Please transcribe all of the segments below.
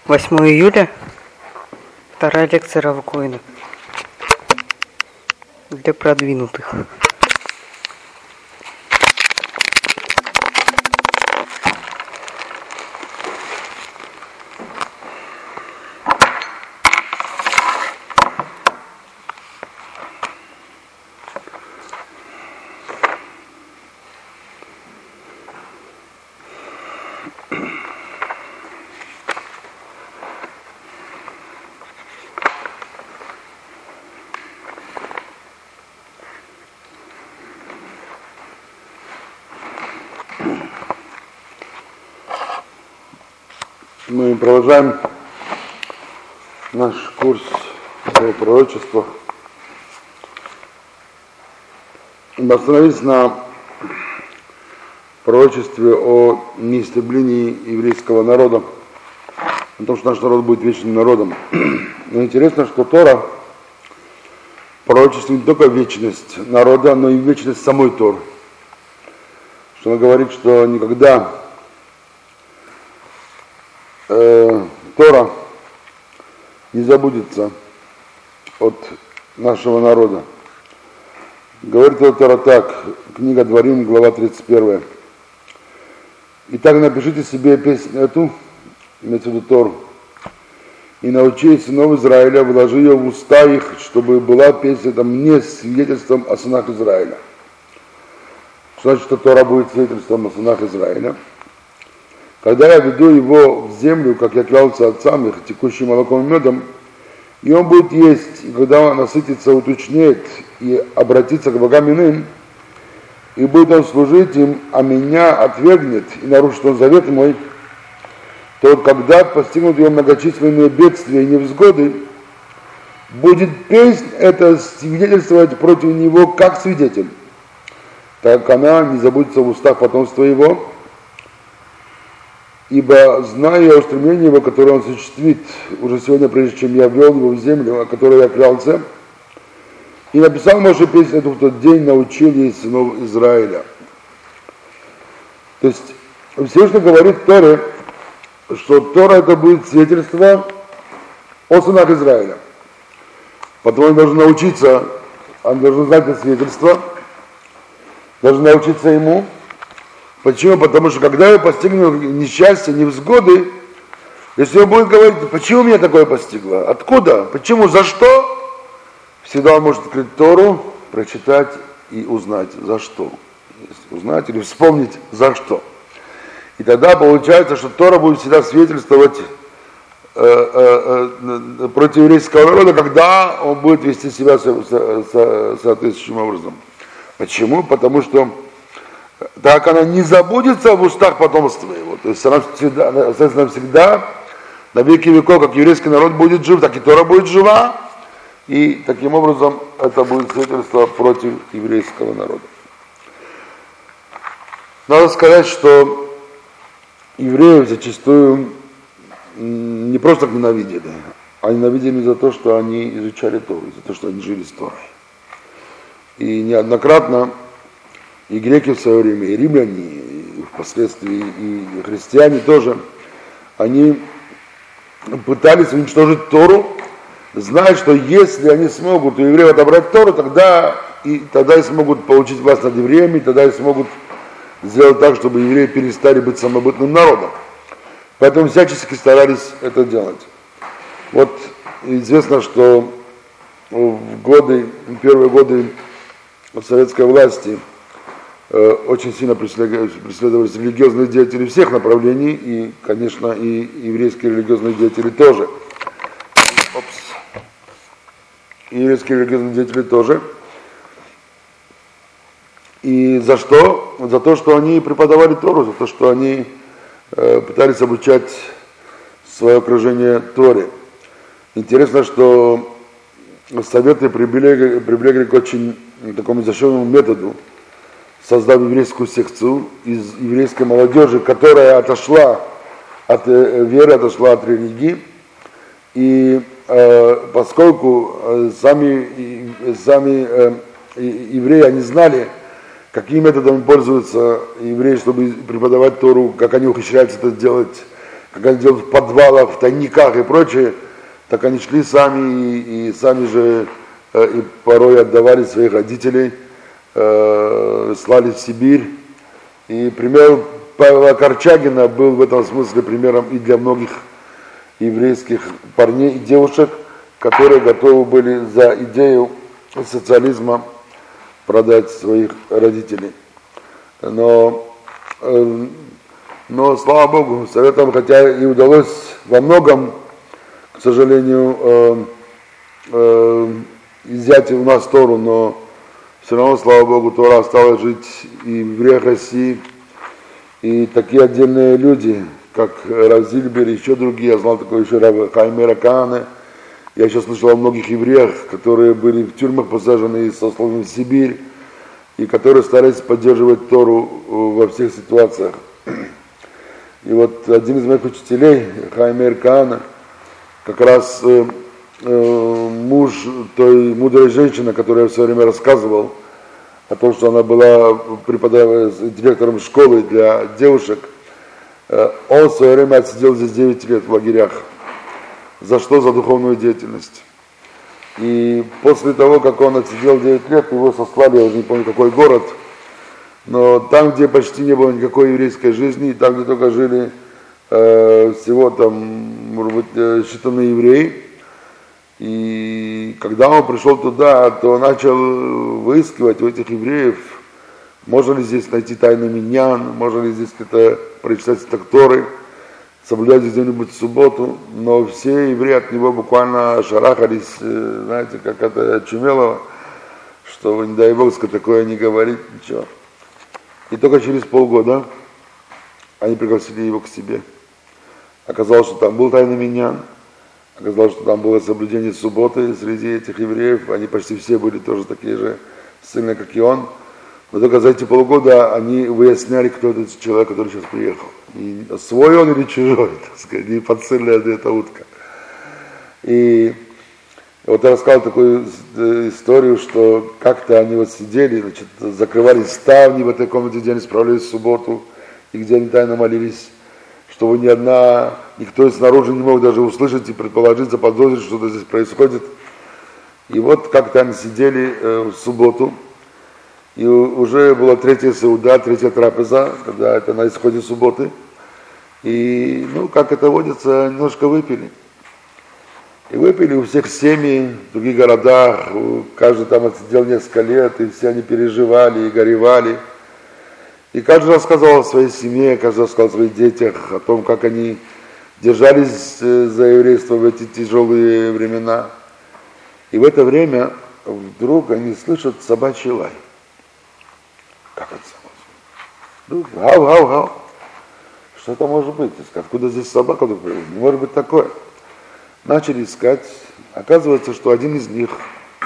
8 июля, вторая лекция Рава Коэна для продвинутых. Мы продолжаем наш курс о пророчествах. Мы остановились на пророчестве о неистреблении еврейского народа, о том, что наш народ будет вечным народом. Но интересно, что Тора пророчествует не только вечность народа, но и вечность самой Торы. Что она говорит, что никогда Тора не забудется от нашего народа. Говорит Тора так, книга Дворим, глава 31. «Итак, напишите себе песню эту, имеется в виду Тору, и научи сынов Израиля, вложи ее в уста их, чтобы была песня эта мне свидетельством о сынах Израиля». Что значит, что Тора будет свидетельством о сынах Израиля? Когда я веду его в землю, как я клялся отцам их, текущим молоком и медом, и он будет есть, и когда он насытится, уточнеет и обратится к богам иным, и будет он служить им, а меня отвергнет, и нарушит он завет мой, то вот когда постигнут его многочисленные бедствия и невзгоды, будет песнь эта свидетельствовать против него как свидетель, так как она не забудется в устах потомства его, ибо знаю я устремление его, которое он осуществит уже сегодня, прежде чем я ввел его в землю, о которой я клялся, и написал Моше песню эту в тот день, научил ей сынов Израиля. То есть Всевышний говорит в Торе, что Тора это будет свидетельство о сынах Израиля. Потому он должен научиться, он должен знать это свидетельство, должен научиться ему. Почему? Потому что когда я постигну несчастье, невзгоды, если он будет говорить, почему меня такое постигло, откуда, почему, за что, всегда он может открыть Тору, прочитать и узнать, за что. Узнать или вспомнить, за что. И тогда получается, что Тора будет всегда свидетельствовать против еврейского народа, когда он будет вести себя соответствующим образом. Почему? Потому что так она не забудется в устах потомства его. То есть она всегда на веки веков, как еврейский народ будет жив, так и Тора будет жива. И таким образом это будет свидетельство против еврейского народа. Надо сказать, что евреев зачастую не просто ненавидели, а ненавидели за то, что они изучали Тору, за то, что они жили с Торой. И неоднократно и греки в свое время, и римляне, и впоследствии и христиане тоже, они пытались уничтожить Тору, зная, что если они смогут у евреев отобрать Тору, тогда и смогут получить власть над евреями, тогда и смогут сделать так, чтобы евреи перестали быть самобытным народом. Поэтому всячески старались это делать. Вот известно, что в первые годы советской власти очень сильно преследовались религиозные деятели всех направлений, и, конечно, и еврейские религиозные деятели тоже. И еврейские религиозные деятели тоже. И за что? За то, что они преподавали Тору, за то, что они пытались обучать свое окружение Торе. Интересно, что советы прибегли к очень такому изощренному методу, создав еврейскую секцию из еврейской молодежи, которая отошла от веры, отошла от религии. И поскольку сами евреи, они знали, какими методами пользуются евреи, чтобы преподавать Тору, как они ухищряются это делать, как они делают в подвалах, в тайниках и прочее, так они шли сами и сами же и порой отдавали своих родителей, слали в Сибирь. И пример Павла Корчагина был в этом смысле примером и для многих еврейских парней и девушек, которые готовы были за идею социализма продать своих родителей. Но слава Богу, Советам, хотя и удалось во многом, к сожалению, изъять у нас Тору, но все равно, слава Богу, Тора осталась жить и в евреях России, и такие отдельные люди, как Рав Зильбер и еще другие, я знал такой еще Рав Хаим Меракане. Я еще слышал о многих евреях, которые были в тюрьмах посажены и сосланы в Сибирь, и которые старались поддерживать Тору во всех ситуациях. И вот один из моих учителей, Хаим Меракане, как раз муж той мудрой женщины, о которой я все время рассказывал, о том, что она была директором школы для девушек, он в свое время отсидел здесь 9 лет в лагерях. За что? За духовную деятельность. И после того, как он отсидел 9 лет, его сослали, я уже не помню какой город, но там, где почти не было никакой еврейской жизни, и там, где только жили всего там, может быть, считанные евреи. И когда он пришел туда, то начал выискивать у этих евреев, можно ли здесь найти тайный миньян, можно ли здесь где-то прочитать Торы, соблюдать где-нибудь в субботу, но все евреи от него буквально шарахались, знаете, как это очумелого, что, не дай Бог, такое не говорит, ничего. И только через полгода они пригласили его к себе. Оказалось, что там был тайный миньян, оказалось, что там было соблюдение субботы среди этих евреев, они почти все были тоже такие же сильные, как и он. Но только за эти полгода они выясняли, кто этот человек, который сейчас приехал. И свой он или чужой, так сказать, не подцельная ли эта утка. И вот я рассказал такую историю, что как-то они вот сидели, значит, закрывали ставни в этой комнате, где они справлялись в субботу, и где они тайно молились, чтобы никто снаружи не мог даже услышать и предположить, заподозрить, что-то здесь происходит. И вот как-то они сидели в субботу, и уже была третья сеуда, третья трапеза, когда это на исходе субботы. И, как это водится, немножко выпили. И выпили у всех семьи, в других городах, каждый там отсидел несколько лет, и все они переживали и горевали. И каждый рассказывал о своей семье, каждый рассказывал о своих детях, о том, как они держались за еврейство в эти тяжелые времена. И в это время вдруг они слышат собачий лай. Как это собачий? Гау-гау-гау. Что это может быть? Откуда здесь собака? Не может быть такое. Начали искать. Оказывается, что один из них,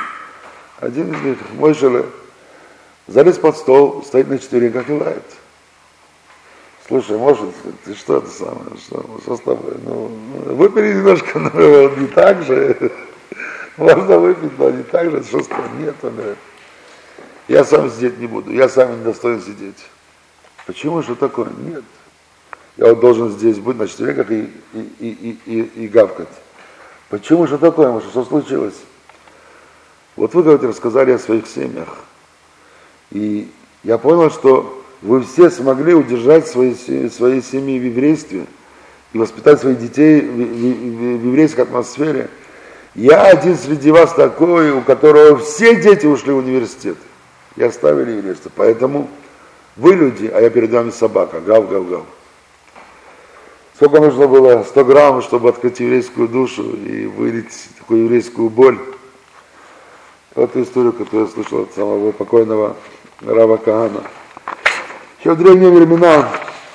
мой Шеле, залез под стол, стоит на четвереньках и лает. Слушай, может, ты что это самое, что с тобой? Выпили немножко, но не так же. Можно выпить, но не так же. Что с тобой? Нет, он говорит. Я сам сидеть не буду, я сам не достоин сидеть. Почему? Что такое? Нет. Я вот должен здесь быть на четвереньках и гавкать. Почему? Что такое? Может, что случилось? Вот вы, говорите, рассказали о своих семьях. И я понял, что вы все смогли удержать свои семьи в еврействе и воспитать своих детей в еврейской атмосфере. Я один среди вас такой, у которого все дети ушли в университет и оставили еврейство. Поэтому вы люди, а я перед вами собака. Гав-гав-гав. Сколько нужно было? 100 грамм, чтобы открыть еврейскую душу и вылить такую еврейскую боль. Вот эту историю, которую я слышал от самого покойного Рава Каана. Еще в древние времена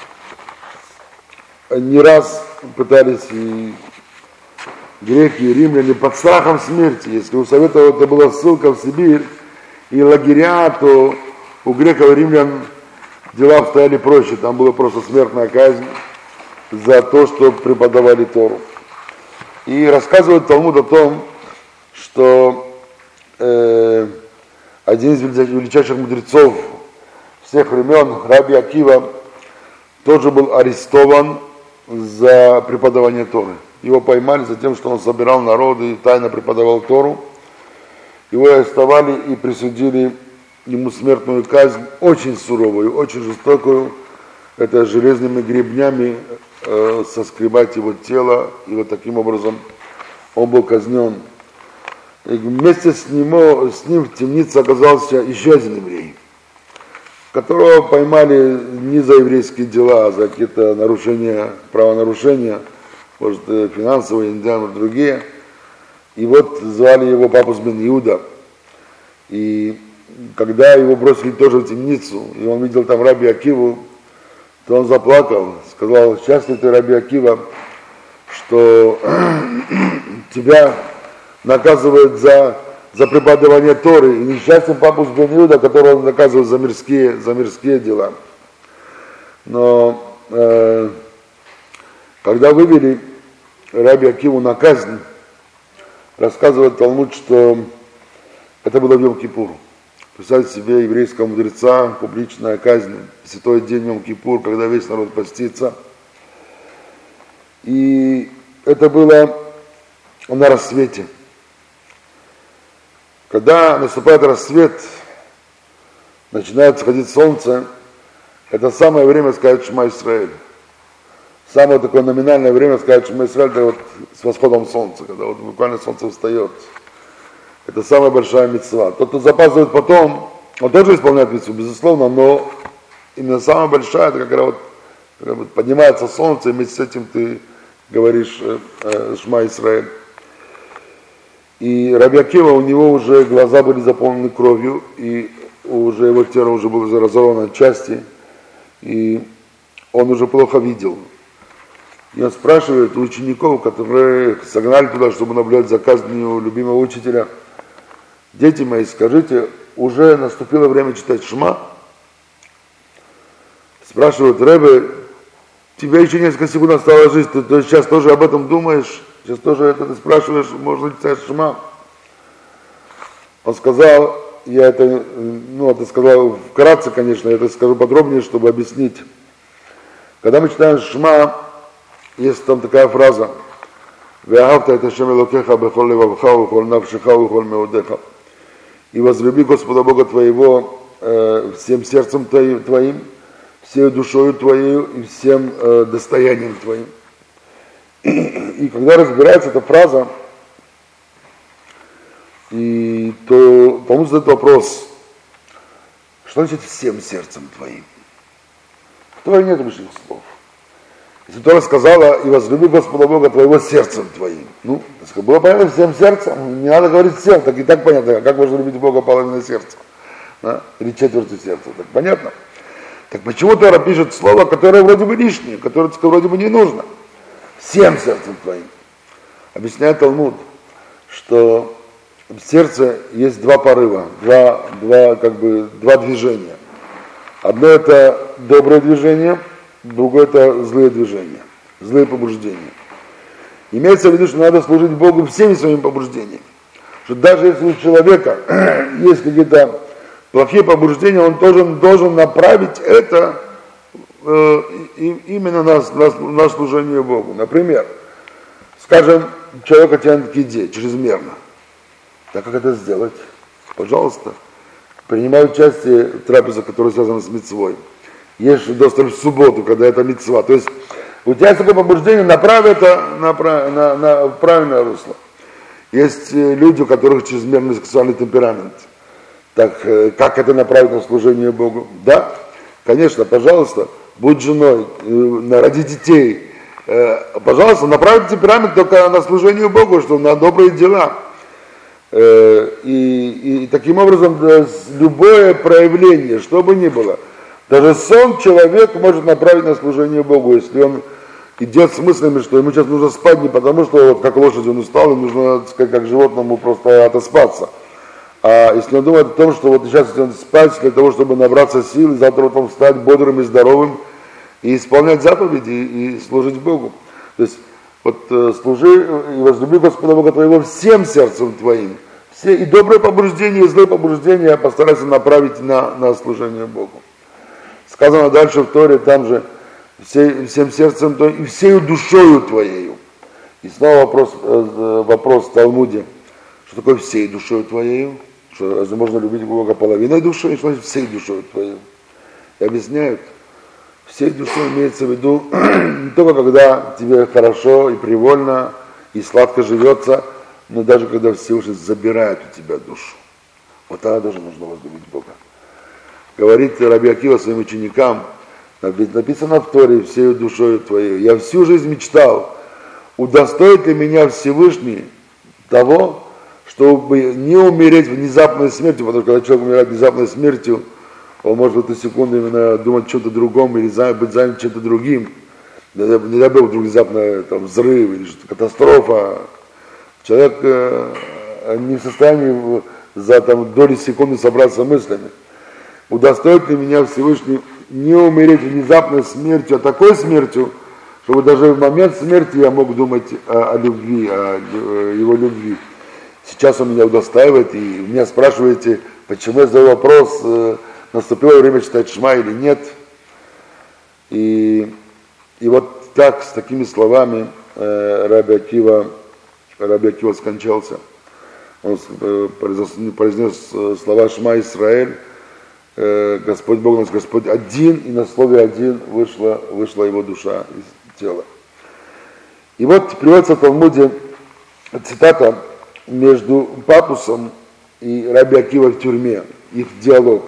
не раз пытались и греки, и римляне под страхом смерти. Если у Советов это была ссылка в Сибирь и лагеря, то у греков и римлян дела обстояли проще. Там была просто смертная казнь за то, что преподавали Тору. И рассказывает Талмуд о том, что один из величайших мудрецов всех времен, Раби Акива, тоже был арестован за преподавание Торы. Его поймали за тем, что он собирал народ и тайно преподавал Тору. Его арестовали и присудили ему смертную казнь, очень суровую, очень жестокую. Это железными гребнями соскребать его тело, и вот таким образом он был казнен. И вместе с ним в темнице оказался еще один еврей, которого поймали не за еврейские дела, а за какие-то нарушения, правонарушения, может, финансовые, может, другие. И вот звали его Папус бен Иуда. И когда его бросили тоже в темницу, и он видел там Раби Акиву, то он заплакал, сказал: счастлив ты, Раби Акива, что тебя наказывают за преподавание Торы, и несчастный Папус бен Иуда, которого он наказывает за мирские дела. Но когда вывели Раби Акиву на казнь, рассказывает Талмуд, что это было в Йом-Кипур. Представьте себе еврейского мудреца, публичная казнь, святой день Йом-Кипур, когда весь народ постится. И это было на рассвете. Когда наступает рассвет, начинает сходить солнце, это самое время сказать Шма Исраэль. Самое такое номинальное время сказать Шма Исраэль, это вот с восходом солнца, когда вот буквально солнце встает. Это самая большая мицва. Тот, кто запаздывает потом, он тоже исполняет мицву, безусловно, но именно самая большая, это когда вот поднимается солнце, и вместе с этим ты говоришь Шма Исраэль. И Раби Акива, у него уже глаза были заполнены кровью, и уже его тело уже было разорвано на части, и он уже плохо видел. И он спрашивает у учеников, которые согнали туда, чтобы наблюдать за казнью любимого учителя: дети мои, скажите, уже наступило время читать Шма? Спрашивают: Ребе, тебе еще несколько секунд осталось жить, ты сейчас тоже об этом думаешь? Сейчас тоже это ты спрашиваешь, можно ли читать Шма? Он сказал, я это сказал вкратце, конечно, я это скажу подробнее, чтобы объяснить. Когда мы читаем Шма, есть там такая фраза: «Веахавта эт Ашем Элокеха бехол левавха ухол навшеха ухол меудеха». И возлюби Господа Бога твоего всем сердцем твоим, всей душою твоей и всем достоянием твоим. И когда разбирается эта фраза, то Талмуд задает вопрос: что значит всем сердцем твоим? В Торе нет лишних слов. Если Тора сказала: и возлюби Господа Бога твоего сердцем твоим. Ну, было понятно всем сердцем, не надо говорить всем, так и так понятно, как можно любить Бога половиной сердца, да? Или четвертью сердца, так понятно? Так почему Тора пишет слово, которое вроде бы лишнее, которое вроде бы не нужно? Всем сердцем твоим. Объясняет Талмуд, что в сердце есть два порыва, два движения. Одно это доброе движение, другое это злые движения, злые побуждения. Имеется в виду, что надо служить Богу всеми своими побуждениями. Что даже если у человека есть какие-то плохие побуждения, он должен направить это именно на служение Богу. Например, скажем, человек тянет к еде чрезмерно. Так как это сделать? Пожалуйста, принимай участие в трапезе, которая связана с мицвой. Ешь досталь в субботу, когда это мицва. То есть у тебя есть такое побуждение, направь это на правильное русло. Есть люди, у которых чрезмерный сексуальный темперамент. Так как это направить на служение Богу? Да, конечно, пожалуйста, будь женой, роди детей. Пожалуйста, направь темперамент только на служение Богу, что на добрые дела. И таким образом любое проявление, что бы ни было, даже сон человек может направить на служение Богу, если он идет с мыслями, что ему сейчас нужно спать не потому, что вот как лошадь он устал, и нужно, так сказать, как животному просто отоспаться. А если он думает о том, что вот сейчас он спать для того, чтобы набраться сил, и завтра потом стать бодрым и здоровым, и исполнять заповеди, и служить Богу. То есть вот служи и возлюби Господа Бога твоего всем сердцем твоим. Все и добрые побуждения, и злые побуждения постарайся направить на служение Богу. Сказано дальше в Торе, там же всем сердцем твоим и всею душою твоею. И снова вопрос в Талмуде, что такое всей душою твоею? Что разве можно любить Бога половиной души? Что значит всей душою твоей? И объясняют, всей душой имеется в виду не только когда тебе хорошо и привольно, и сладко живется, но даже когда Всевышний забирает у тебя душу. Вот тогда тоже нужно возлюбить Бога. Говорит Раби Акива своим ученикам, написано в Торе, всей душой твоей. Я всю жизнь мечтал, удостоит ли меня Всевышний того, чтобы не умереть внезапной смертью, потому что когда человек умирает внезапной смертью, он может в эту секунду именно думать о чем-то другом или быть занят чем-то другим. Не дай Бог, вдруг внезапно взрыв или катастрофа. Человек не в состоянии за доли секунды собраться мыслями. Удостоит ли меня Всевышний не умереть внезапной смертью, а такой смертью, чтобы даже в момент смерти я мог думать о любви, о его любви. Сейчас он меня удостаивает, и меня спрашиваете, почему я задаю вопрос, наступило время читать Шма или нет. И вот так, с такими словами Раби Акива скончался. Он произнес слова Шма Исраэль, Господь Бог наш, Господь один, и на слове один вышла его душа из тела. И вот приводится в Талмуде цитата между Папусом и Раби Акива в тюрьме, их диалог.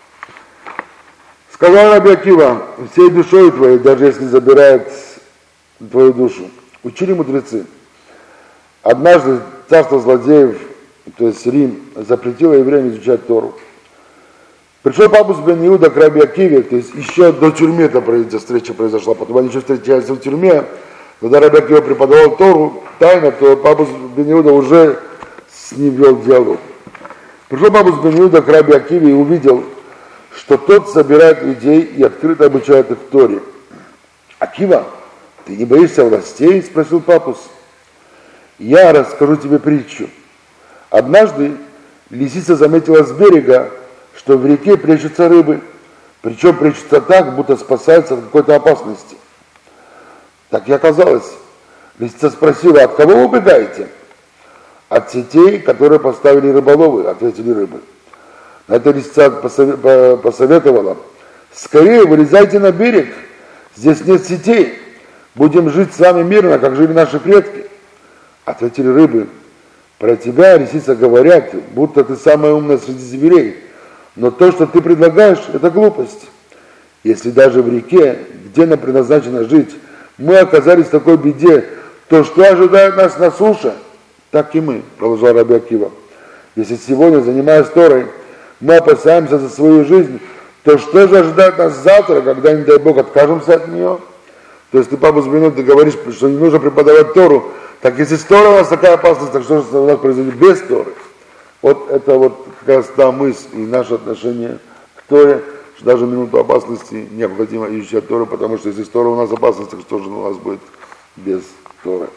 Сказал Раби Акива, всей душой твоей, даже если забирает твою душу. Учили мудрецы. Однажды царство злодеев, то есть Рим, запретило евреям изучать Тору. Пришел Папус бен Иуда к Раби Акиве, то есть еще до тюрьмы эта встреча произошла, потом они еще встречались в тюрьме. Когда Раби Акива преподавал Тору тайно, то Папус бен Иуда уже с ним вел диалог. Пришел Папус бен Иуда к Раби Акиве и увидел, что тот собирает людей и открыто обучает их в Торе. Акива, ты не боишься властей? Спросил Папус. Я расскажу тебе притчу. Однажды лисица заметила с берега, что в реке прячутся рыбы, причем прячутся так, будто спасаются от какой-то опасности. Так и оказалось. Лисица спросила, от кого вы убегаете? От сетей, которые поставили рыболовы, ответили рыбы. На это лисица посоветовала, скорее вылезайте на берег, здесь нет сетей, будем жить с вами мирно, как жили наши предки. Ответили рыбы, про тебя, лисица, говорят, будто ты самая умная среди зверей, но то, что ты предлагаешь, это глупость. Если даже в реке, где нам предназначено жить, мы оказались в такой беде, то что ожидает нас на суше? Так и мы, продолжал Раби Акива. Если сегодня, занимаясь Торой, мы опасаемся за свою жизнь, то что же ожидает нас завтра, когда, не дай Бог, откажемся от нее? То есть ты, Папа Збинут, ты говоришь, что не нужно преподавать Тору, так если с Торой у нас такая опасность, так что же у нас произойдет без Торы? Вот это вот как раз та мысль и наше отношение к Торе, что даже в минуту опасности необходимо изучать Тору, потому что если с Торой у нас опасность, так что же у нас будет без Торы?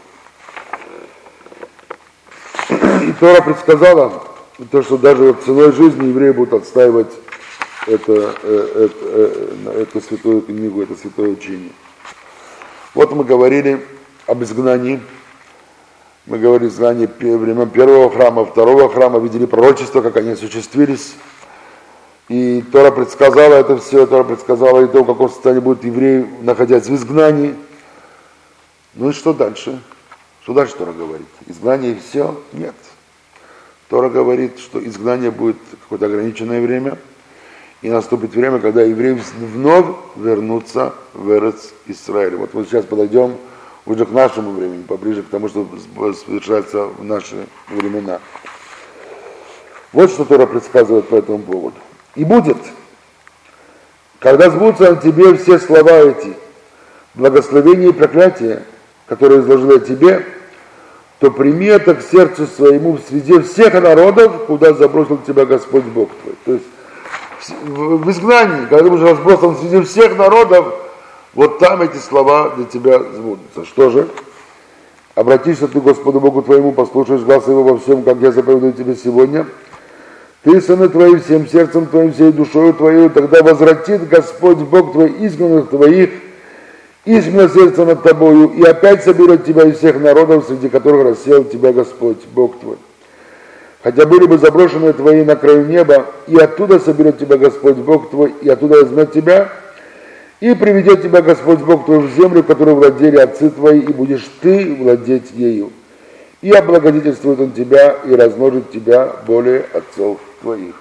И Тора предсказала то, что даже вот ценой жизни евреи будут отстаивать эту святую книгу, это святое учение. Вот мы говорили об изгнании. Мы говорили о изгнании времен первого храма, второго храма, видели пророчества, как они осуществились. И Тора предсказала это все, Тора предсказала и то, в каком состоянии будут евреи, находясь в изгнании. Ну и что дальше? Что дальше Тора говорит? Изгнание и все? Нет. Тора говорит, что изгнание будет какое-то ограниченное время, и наступит время, когда евреи вновь вернутся в Эрец Исраэль. Вот мы сейчас подойдем уже к нашему времени, поближе к тому, что совершается в наши времена. Вот что Тора предсказывает по этому поводу. И будет, когда сбудутся на тебе все слова эти, благословения и проклятия, которые изложил я тебе, то прими это к сердцу своему среди всех народов, куда забросил тебя Господь Бог твой. То есть в изгнании, когда ты будешь разбросан среди всех народов, вот там эти слова для тебя сбудутся. Что же? Обратишься ты к Господу Богу твоему, послушаешь глаз его во всем, как я заповедую тебе сегодня. Ты, сыны твои, всем сердцем твоим, всей душою твоей, тогда возвратит Господь Бог твой изгнанных твоих и смилосердится над тобою, и опять соберет тебя из всех народов, среди которых рассеял тебя Господь, Бог твой. Хотя были бы заброшенные твои на краю неба, и оттуда соберет тебя Господь Бог твой, и оттуда возьмет тебя, и приведет тебя Господь Бог твой в землю, которую владели отцы твои, и будешь ты владеть ею. И облагодетельствует он тебя, и размножит тебя более отцов твоих.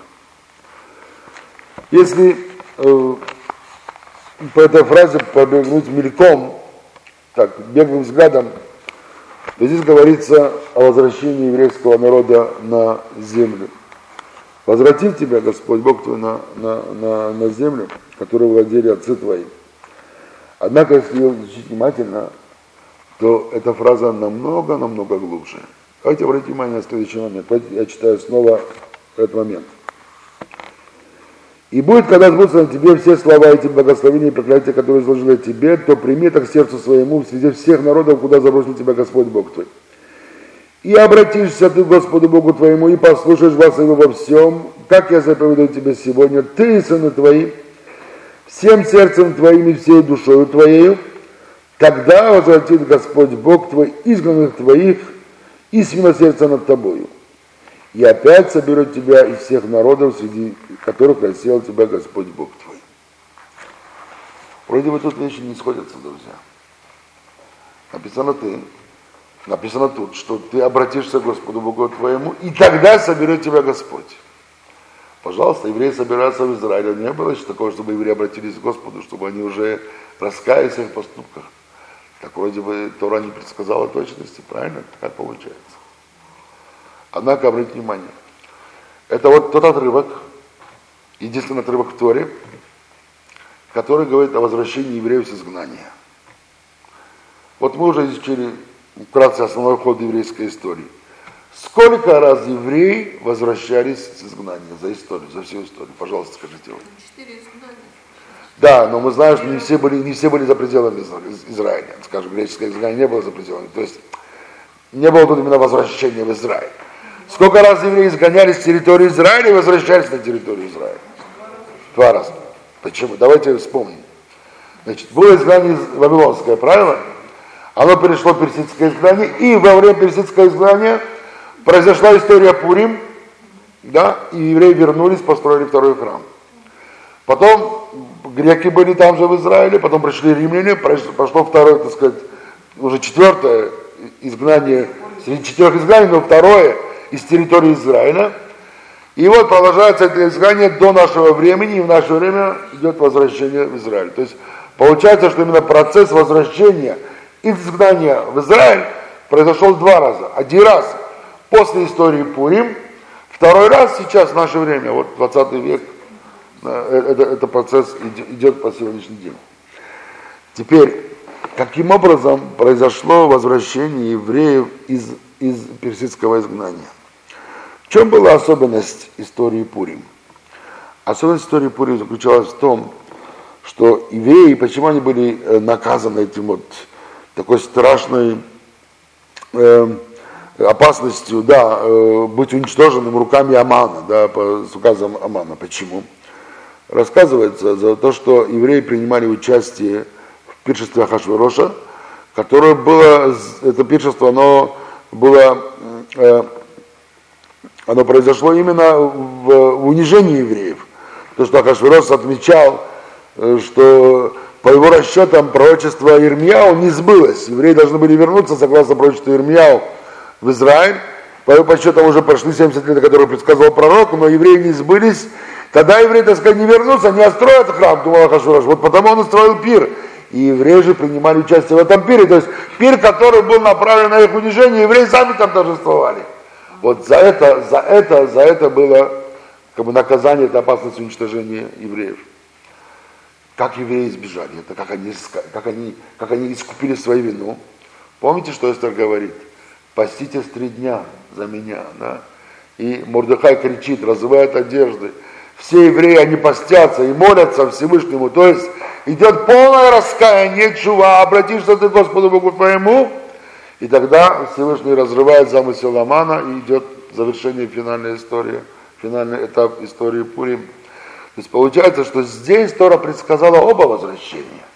Если по этой фразе побегнуть мельком, так, беглым взглядом, то здесь говорится о возвращении еврейского народа на землю. Возвратит тебя Господь Бог твой на землю, которую владели отцы твои. Однако, если ее изучить внимательно, то эта фраза намного глубже. Давайте обратите внимание на следующий момент. Я читаю снова этот момент. И будет, когда сбудутся на тебе все слова эти благословения и проклятия, которые изложили тебе, то прими это к сердцу своему среди всех народов, куда забросил тебя Господь Бог твой. И обратишься ты к Господу Богу твоему, и послушаешь глаз его во всем, как я заповедую тебе сегодня, ты и сыны твои, всем сердцем твоим и всей душою твоею, тогда возвратит Господь Бог твой изгнанных твоих и смилосердится над тобою. И опять соберет тебя из всех народов, среди которых рассеял тебя Господь Бог твой. Вроде бы тут вещи не сходятся, друзья. Написано тут, что ты обратишься к Господу Богу твоему, и тогда соберет тебя Господь. Пожалуйста, евреи собираются в Израиле. Не было еще такого, чтобы евреи обратились к Господу, чтобы они уже раскаялись в своих поступках. Так вроде бы Тора не предсказала точности, правильно? Как получается? Однако, обратите внимание, это вот тот отрывок, единственный отрывок в Торе, который говорит о возвращении евреев с изгнания. Вот мы уже изучили вкратце основной ход еврейской истории. Сколько раз евреи возвращались с изгнания за историю, за всю историю? Пожалуйста, скажите вам. 4 изгнания. Да, но мы знаем, что не все были за пределами Израиля. Скажем, греческое изгнание не было за пределами. То есть не было тут именно возвращения в Израиль. Сколько раз евреи изгонялись с территории Израиля и возвращались на территорию Израиля? 2 раза. Почему? Давайте вспомним. Значит, было изгнание вавилонское, правильно? Оно перешло в персидское изгнание, и во время персидского изгнания произошла история Пурим, да, и евреи вернулись, построили второй храм. Потом греки были там же в Израиле, потом пришли римляне, прошло второе, так сказать, уже 4-е изгнание, среди 4 изгнаний, но 2-е из территории Израиля. И вот продолжается это изгнание до нашего времени, и в наше время идет возвращение в Израиль. То есть получается, что именно процесс возвращения из изгнания в Израиль произошел 2 раза. 1 раз после истории Пурим, 2-й раз сейчас в наше время, вот 20 век, это процесс идет по сегодняшний день. Теперь, каким образом произошло возвращение евреев из персидского изгнания? В чем была особенность истории Пурим? Особенность истории Пурим заключалась в том, что евреи, почему они были наказаны этим вот такой страшной опасностью, да, быть уничтоженным руками Амана, да, с указом Амана. Почему? Рассказывается за то, что евреи принимали участие в пиршестве Ахашвероша, которое было, это пиршество, оно произошло именно в унижении евреев. То, что Ахашверош отмечал, что по его расчетам пророчество Ирмияу не сбылось. Евреи должны были вернуться, согласно пророчеству Ирмияу, в Израиль. По его подсчетам уже прошли 70 лет, которые предсказывал пророк, но евреи не сбылись. Тогда евреи, так сказать, не вернутся, не отстроят храм, думал Ахашверош. Вот потому он устроил пир. И евреи же принимали участие в этом пире. То есть пир, который был направлен на их унижение, евреи сами там торжествовали. Вот за это было как бы наказание, это опасность уничтожения евреев. Как евреи избежали это, как они искупили свою вину. Помните, что Эстер говорит? Поститесь 3 дня за меня, да? И Мордехай кричит, разрывает одежды. Все евреи, они постятся и молятся Всевышнему. То есть идет полное раскаяние, чува, обратишься ты к Господу Богу твоему, и тогда Всевышний разрывает замысел Амана, и идет завершение, финальная история, финальный этап истории Пурим. То есть получается, что здесь Тора предсказала оба возвращения.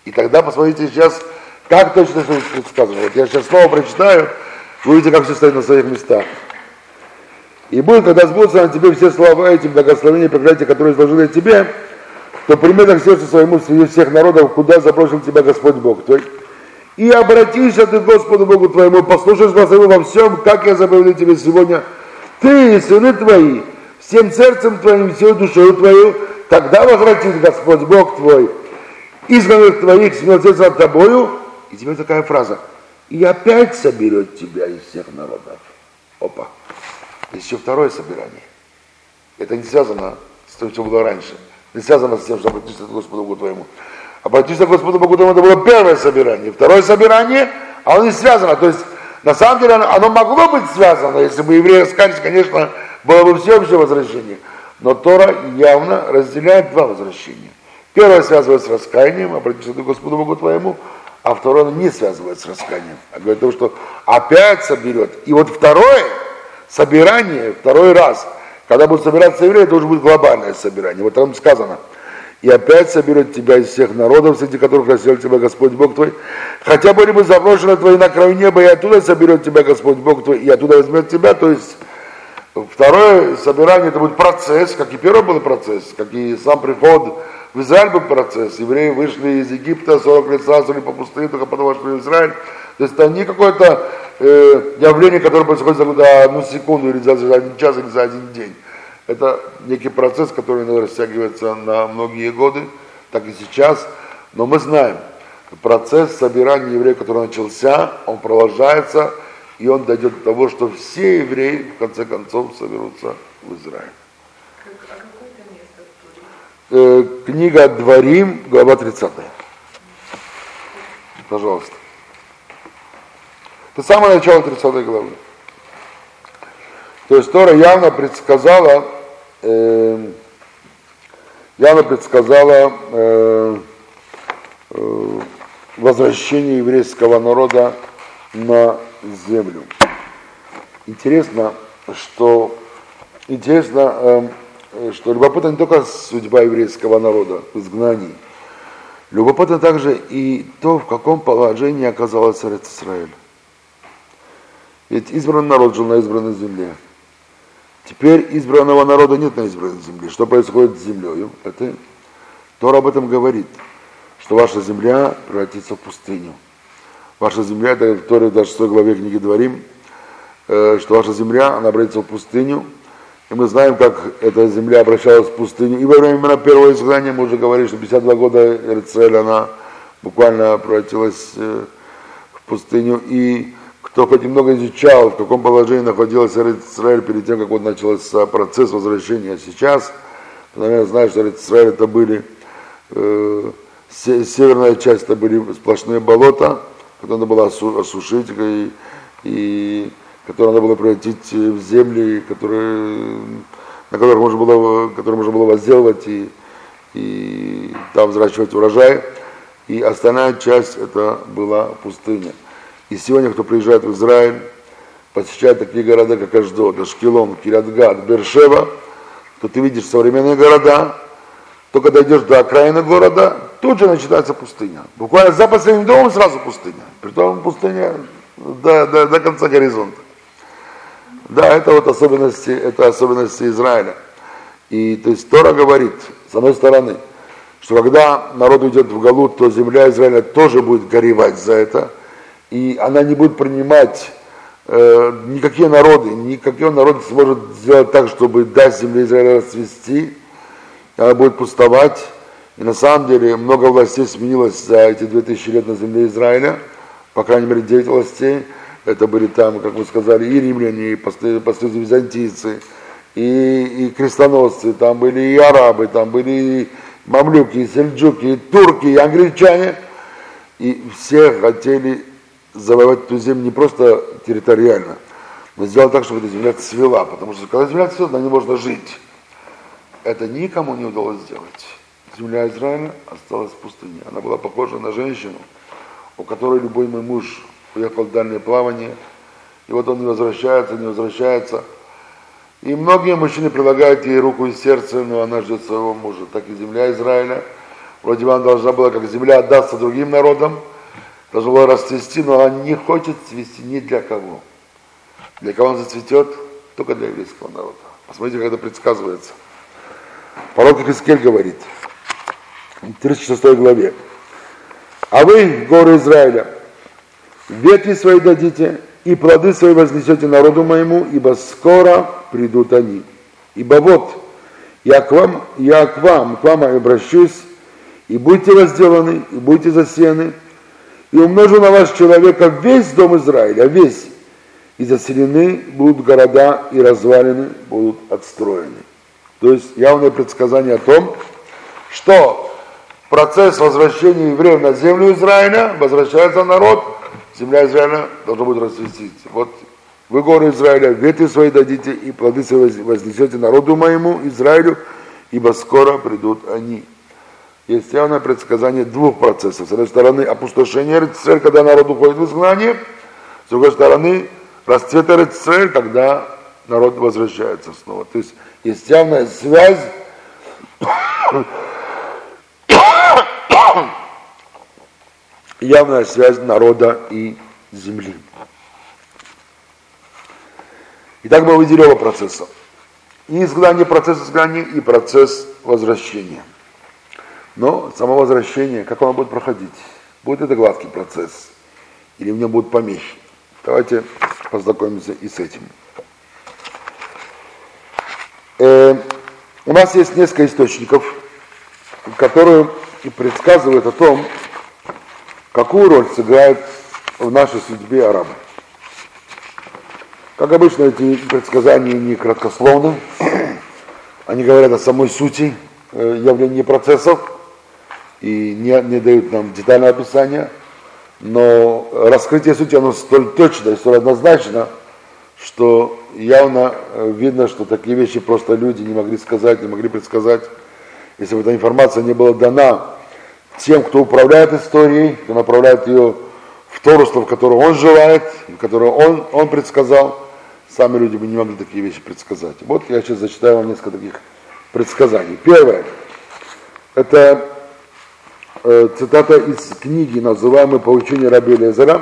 И тогда посмотрите сейчас, как точно все предсказано. Вот я сейчас снова прочитаю, вы увидите, как все стоит на своих местах. И будет, когда сбудутся на тебе все слова эти благословения и проклятия, которые изложил я тебе, то прими к сердцу своему среди всех народов, куда забросил тебя Господь Бог твой. И обратишься ты к Господу Богу твоему, послушай глаза его во всем, как я заповедую тебе сегодня, ты и сыны твои, всем сердцем твоим, всей душою твою, тогда возвратит Господь Бог твой, изгнанных твоих смертельцев над тобою. И теперь такая фраза. И опять соберет тебя из всех народов. Опа. Еще второе собирание. Это не связано с тем, что было раньше. Не связано с тем, что обратишься к Господу Богу твоему. Обратишься к Господу Богу твоему, это было первое собирание. Второе собирание, оно не связано. То есть, на самом деле, оно могло быть связано, если бы евреи раскались, конечно, было бы всеобщее возвращение. Но Тора явно разделяет два возвращения. Первое связывается с раскаянием, обратишься к Господу Богу твоему, а второе оно не связывается с раскаянием. А говорит о том, что опять соберет. И вот второе собирание, второй раз, когда будут собираться евреи, это уже будет глобальное собирание. Вот там сказано, и опять соберет тебя из всех народов, среди которых рассел тебя Господь Бог твой, хотя были бы заброшены твои на краю неба, и оттуда соберет тебя Господь Бог твой, и оттуда возьмет тебя. То есть второе собирание, это будет процесс, как и первый был процесс, как и сам приход в Израиль был процесс. Евреи вышли из Египта, 40 лет сразу по пустыне, только потом вошли в Израиль. То есть это не какое-то явление, которое происходит за одну секунду, или за один час, или за один день. Это некий процесс, который растягивается на многие годы, так и сейчас. Но мы знаем, процесс собирания евреев, который начался, он продолжается, и он дойдет до того, что все евреи, в конце концов, соберутся в Израиль. Книга Дворим, глава 30. Пожалуйста. Это самое начало 30 главы. То есть Тора явно предсказала возвращение еврейского народа на землю. Интересно, что любопытна не только судьба еврейского народа в изгнании, любопытно также и то, в каком положении оказалась царь Израиль. Ведь избранный народ жил на избранной земле. Теперь избранного народа нет на избранной земле. Что происходит с землей? Это Тора об этом говорит, что ваша земля превратится в пустыню. Ваша земля, это в Торе, в 6 главе книги Дворим, что ваша земля, она обратится в пустыню. И мы знаем, как эта земля обращалась в пустыню. И во время первого изгнания мы уже говорили, что 52 года Израиль, она буквально превратилась в пустыню. И кто хоть немного изучал, в каком положении находился Израиль перед тем, как вот начался процесс возвращения сейчас, наверное, знают, что Израиль это были, северная часть это были сплошные болота, которые надо было осушить, и которые надо было превратить в земли, на которых можно было возделывать и там взращивать урожай. И остальная часть это была пустыня. И сегодня, кто приезжает в Израиль, посещает такие города, как Ашдод, Ашкелон, Кирьят-Гат, Беэр-Шева, то ты видишь современные города, только дойдешь до окраины города, тут же начинается пустыня. Буквально за последним домом сразу пустыня. Притом пустыня до конца горизонта. Да, это вот особенности Израиля. И то есть Тора говорит, с одной стороны, что когда народ уйдет в Галут, то земля Израиля тоже будет горевать за это. И она не будет принимать никакие народы не сможет сделать так, чтобы дать земле Израиля расцвести. Она будет пустовать. И на самом деле много властей сменилось за эти 2000 лет на земле Израиля. По крайней мере 9 властей. Это были там, как мы сказали, и римляне, и последние византийцы, и крестоносцы, там были и арабы, там были и мамлюки, и сельджуки, и турки, и англичане. И все хотели завоевать эту землю не просто территориально, но сделать так, чтобы эта земля цвела, потому что когда земля цветет, на ней можно жить. Это никому не удалось сделать. Земля Израиля осталась в пустыне. Она была похожа на женщину, у которой любой мой муж уехал в дальнее плавание, и вот он не возвращается. И многие мужчины прилагают ей руку и сердце, но она ждет своего мужа. Так и земля Израиля Вроде бы она должна была, как земля, отдаться другим народам, должна была расцвести, но она не хочет цвести ни для кого. Для кого она зацветет? Только для еврейского народа. Посмотрите, как это предсказывается. Пророк Ихискель говорит, в 36 главе: «А вы, горы Израиля, ветви свои дадите, и плоды свои вознесете народу моему, ибо скоро придут они. Ибо вот, я к вам обращусь, и будьте разделаны, и будьте засеяны, и умножу на вас человека весь дом Израиля, весь, и заселены будут города, и развалины будут отстроены». То есть явное предсказание о том, что процесс возвращения евреев на землю Израиля, возвращается народ, земля Израиля должна будет расцвестить. Вот вы, горы Израиля, ветви свои дадите, и плоды свои вознесете народу моему, Израилю, ибо скоро придут они. Есть явное предсказание двух процессов. С одной стороны, опустошение Эрец-Исраэль, когда народ уходит в изгнание. С другой стороны, расцвет Эрец-Исраэль, когда народ возвращается снова. То есть явная связь явная связь народа и земли. Итак, мы увидели оба процесса. И изгнание, процесс изгнания, и процесс возвращения. Но само возвращение, как оно будет проходить? Будет это гладкий процесс? Или в нем будут помехи? Давайте познакомимся и с этим. У нас есть несколько источников, которые предсказывают о том, какую роль сыграют в нашей судьбе арабы. Как обычно, эти предсказания не краткословны, они говорят о самой сути явления процессов и не дают нам детального описания, но раскрытие сути, оно столь точно и столь однозначно, что явно видно, что такие вещи просто люди не могли сказать, не могли предсказать, если бы эта информация не была дана тем, кто управляет историей, кто направляет ее в то русло, в котором он желает, в которое он предсказал, сами люди бы не могли такие вещи предсказать. Вот я сейчас зачитаю вам несколько таких предсказаний. Первое, это цитата из книги, называемой «Поучение раби Элиэзера»,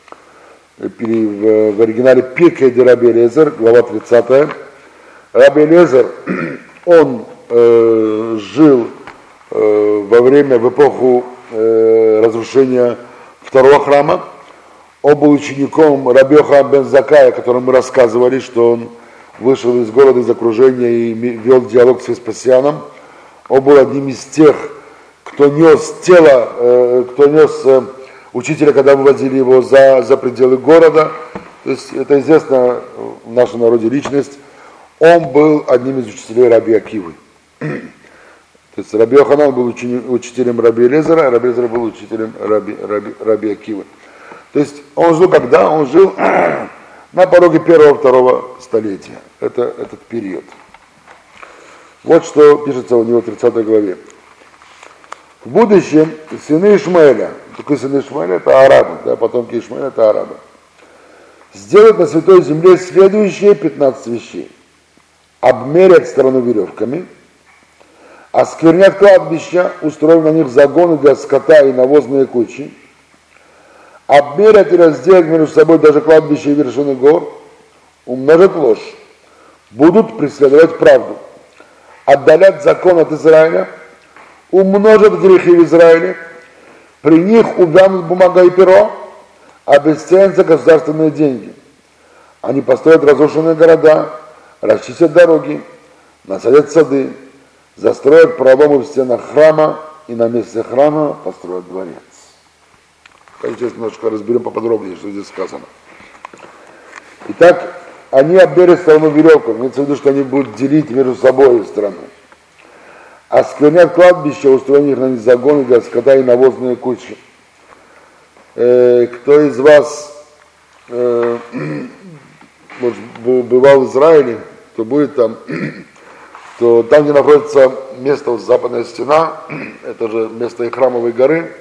в оригинале «Пиркей де раби Элиэзер», глава 30. Раби Элиэзер, он жил в эпоху разрушения второго храма. Он был учеником Раби Йоханана бен Заккая, о котором мы рассказывали, что он вышел из города, из окружения и вел диалог с Веспасианом. Он был одним из тех, кто нес учителя, когда выводили его за пределы города. То есть это известно в нашем народе личность. Он был одним из учителей Раби Акивы. То есть Раби Йоханан был учителем Раби Элиэзера, а Раби Элиэзер был учителем Раби Акивы. То есть он жил когда? Он жил на пороге первого-второго столетия. Это этот период. Вот что пишется у него в 30 главе. В будущем сыны Ишмаэля, только сыны Ишмаэля это арабы, да, потомки Ишмаэля это арабы, сделают на святой земле следующие 15 вещей. Обмерят страну веревками, осквернят кладбища, устроив на них загоны для скота и навозные кучи, обмерят и разделят между собой даже кладбища и вершины гор, умножат ложь, будут преследовать правду, отдалят закон от Израиля, умножат грехи в Израиле, при них увянут бумага и перо, обесценятся государственные деньги. Они построят разрушенные города, расчистят дороги, насадят сады, застроят проломы в стенах храма и на месте храма построят дворец. Сейчас немножко разберем поподробнее, что здесь сказано. Итак, они обмерят страну веревкой, имеется в виду, что они будут делить между собой страну. Осквернят кладбище, устроив на них загоны для скота и навозные кучи. Кто из вас бывал в Израиле, то будет там, то там, где находится место, вот, западная стена, это же место и храмовой горы,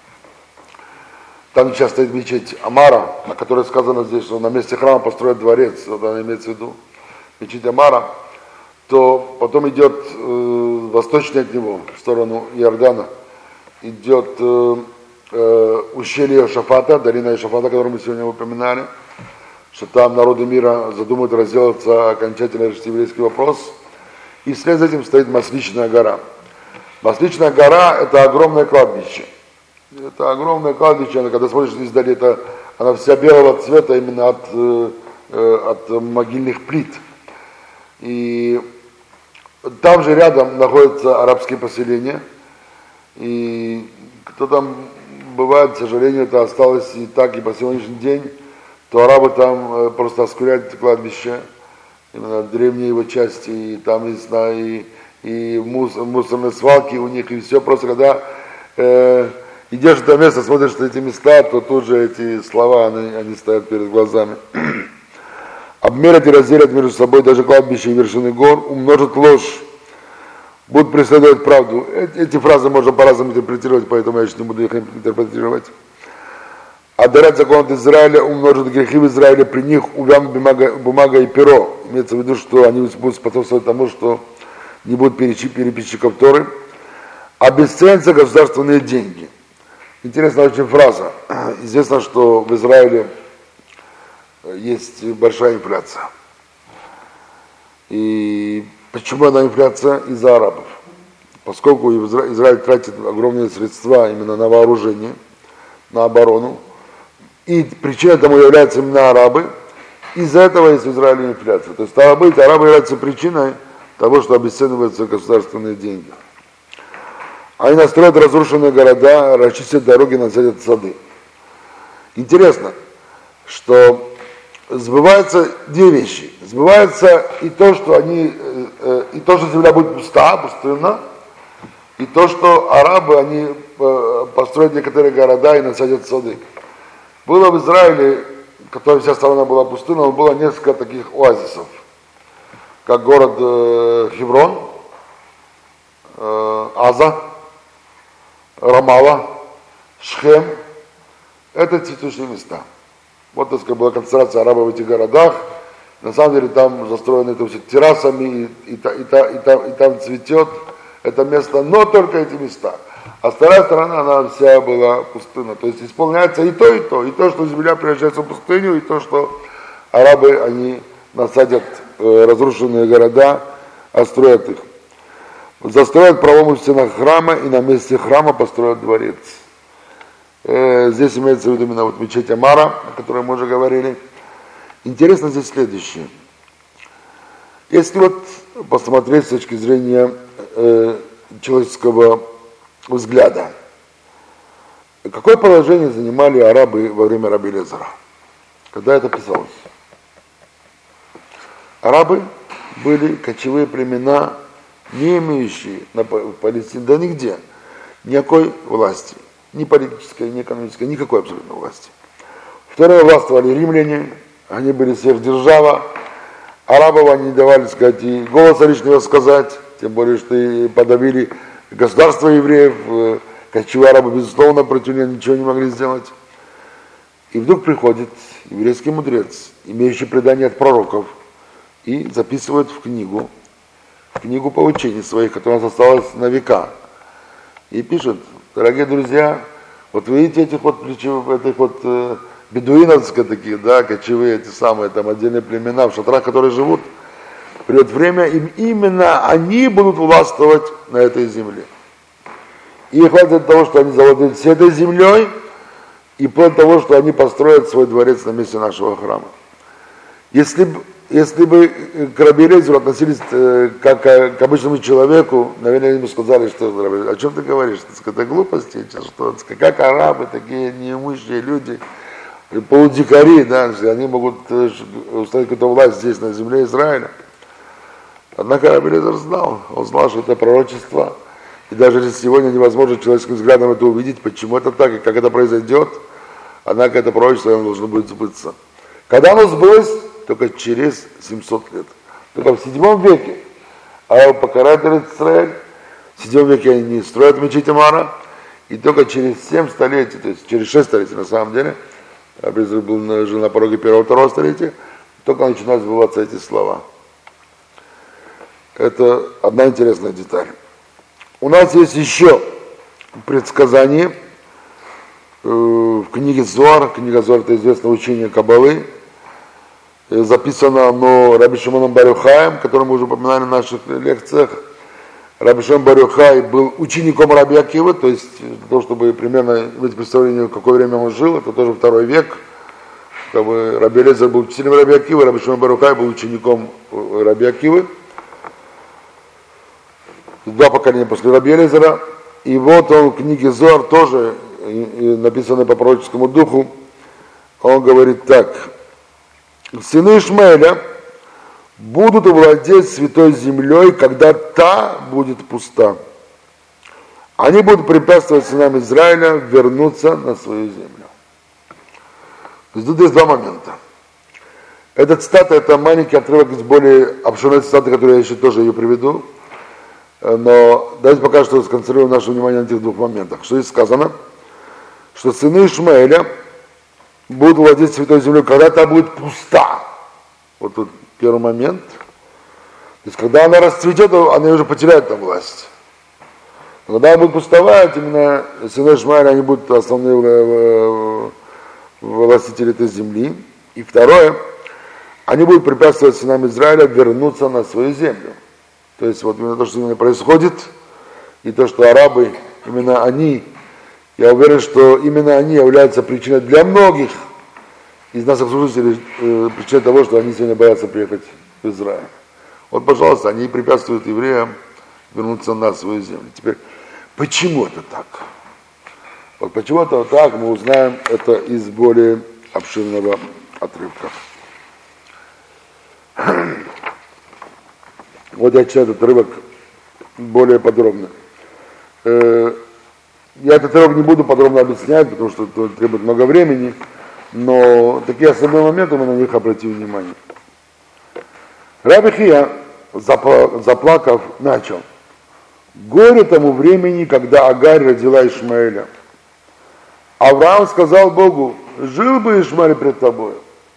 там сейчас стоит мечеть Амара, о которой сказано здесь, что на месте храма построят дворец, вот она имеется в виду, мечеть Амара, то потом идет восточнее от него, в сторону Иордана, идет ущелье Шафата, долина Шафата, которую мы сегодня упоминали, что там народы мира задумают разделаться окончательно решить еврейский вопрос. И вслед за этим стоит Масличная гора. Масличная гора – это огромное кладбище. Это огромное кладбище, когда смотришь издали, она вся белого цвета именно от могильных плит. И там же рядом находятся арабские поселения. И кто там бывает, к сожалению, это осталось и так, и по сегодняшний день, то арабы там просто оскверяют кладбище, именно древние его части, и там и мусорные свалки у них, и все. Просто когда идешь в это место, смотришь на эти места, то тут же эти слова, они стоят перед глазами. Обмерят и разделят между собой даже кладбище и вершины гор, умножат ложь, будут преследовать правду. Эти фразы можно по-разному интерпретировать, поэтому я сейчас не буду их интерпретировать. Отдарят закон от Израиля, умножат грехи в Израиле, при них увянут бумага и перо. Имеется в виду, что они будут способствовать тому, что не будет переписчиков Торы. Обесценятся государственные деньги. Интересная очень фраза. Известно, что в Израиле есть большая инфляция. И почему она инфляция? Из-за арабов. Поскольку Израиль тратит огромные средства именно на вооружение, на оборону, и причиной тому являются именно арабы, из-за этого есть в Израиле инфляция. То есть арабы являются причиной того, что обесцениваются государственные деньги. Они настроят разрушенные города, расчистят дороги, насадят сады. Интересно, что сбываются две вещи. Сбывается и то, что земля будет пустынна, и то, что арабы, они построят некоторые города и насадят сады. Было в Израиле, которая вся страна была пустынна, было несколько таких оазисов, как город Хеврон, Аза, Рамала, Шхем. Это цветущие места. Вот, так сказать, была концентрация арабов в этих городах. На самом деле там застроено это все террасами, и там цветет это место, но только эти места. А вторая сторона, она вся была пустынна. То есть исполняется и то, и то, что земля превращается в пустыню, и то, что арабы, они насадят разрушенные города, отстроят их. Застроят проломы в стенах храма, и на месте храма построят дворец. Здесь имеется в виду именно вот мечеть Амара, о которой мы уже говорили. Интересно здесь следующее. Если вот посмотреть с точки зрения человеческого взгляда, какое положение занимали арабы во время Раби Элиэзера, когда это писалось? Арабы были кочевые племена, не имеющие на Палестине, да нигде, никакой власти, ни политической, ни экономической, никакой абсолютно власти. Второе, властвовали римляне, они были сверхдержава, арабам они не давали, сказать, и голоса лишнего сказать, тем более, что и подавили государство евреев, кочевые арабы, безусловно, против них ничего не могли сделать. И вдруг приходит еврейский мудрец, имеющий предание от пророков, и записывает в книгу поучений своих, которая осталась на века. И пишет: дорогие друзья, вот вы видите этих бедуиновских таких, да, кочевые, эти самые там отдельные племена в шатрах, которые живут, придет время, им именно они будут властвовать на этой земле. И хватит от того, что они завладеют всей этой землей, и вплоть до того, что они построят свой дворец на месте нашего храма. Если бы к Раби Элиэзеру относились как к обычному человеку, наверное, ему сказали, что о чем ты говоришь? Это глупости, что как арабы, такие неимущие люди, полудикари, да, они могут установить какую-то власть здесь, на земле Израиля. Однако Раби Элиэзер знал, он знал, что это пророчество, и даже если сегодня невозможно человеческим взглядом это увидеть, почему это так, и как это произойдет, однако это пророчество оно должно будет сбыться. Когда оно сбылось? Только через 700 лет. Только в 7 веке арабы покоряют Израиль, в 7 веке они не строят мечеть Амара, и только через 7 столетий, то есть через 6 столетий на самом деле, Раби Элиэзер жил на пороге 1-2 столетия, только начинают сбываться эти слова. Это одна интересная деталь. У нас есть еще предсказании в книге Зоар. Книга Зоар — это известное учение Каббалы. Записано оно Раби Шимоном бар Йохаем, которое мы уже упоминали в наших лекциях. Раби Шимон бар Йохай был учеником Раби Акивы, то есть для того, чтобы примерно иметь представление, в какое время он жил, это тоже 2 век. Раби Элиэзер был учителем Раби Акивы, Раби Шимон бар Йохай был учеником Раби Акивы. 2 поколения после Раби Элиэзера. И вот он в книге Зоар, тоже написанной по пророческому духу, он говорит так: сыны Ишмаэля будут владеть святой землей, когда та будет пуста. Они будут препятствовать сынам Израиля вернуться на свою землю. То есть тут есть 2 момента. Эта цитата — это маленький отрывок из более обширной цитаты, которую я еще тоже ее приведу. Но давайте пока что сконцентрируем наше внимание на этих 2 моментах. Что здесь сказано? Что сыны Ишмаэля будут владеть святой землей, когда та будет пуста. Вот тут первый момент. То есть, когда она расцветет, они уже потеряют там власть. Но когда она будет пустовать, именно сыны Ишмаэля, они будут основные властители этой земли. И второе, они будут препятствовать сынам Израиля вернуться на свою землю. То есть, вот именно то, что именно происходит, и то, что арабы, именно они, я уверен, что именно они являются причиной для многих из наших слушателей, причиной того, что они сегодня боятся приехать в Израиль. Вот, пожалуйста, они препятствуют евреям вернуться на свою землю. Теперь, почему это так? Вот почему это так, мы узнаем это из более обширного отрывка. Вот я читаю этот отрывок более подробно. Я этот отрывок не буду подробно объяснять, потому что это требует много времени, но такие особые моменты мы на них обратим внимание. Раби Хия, заплакав, начал: горе тому времени, когда Агарь родила Ишмаэля. Авраам сказал Богу: жил бы Ишмаэль пред тобой.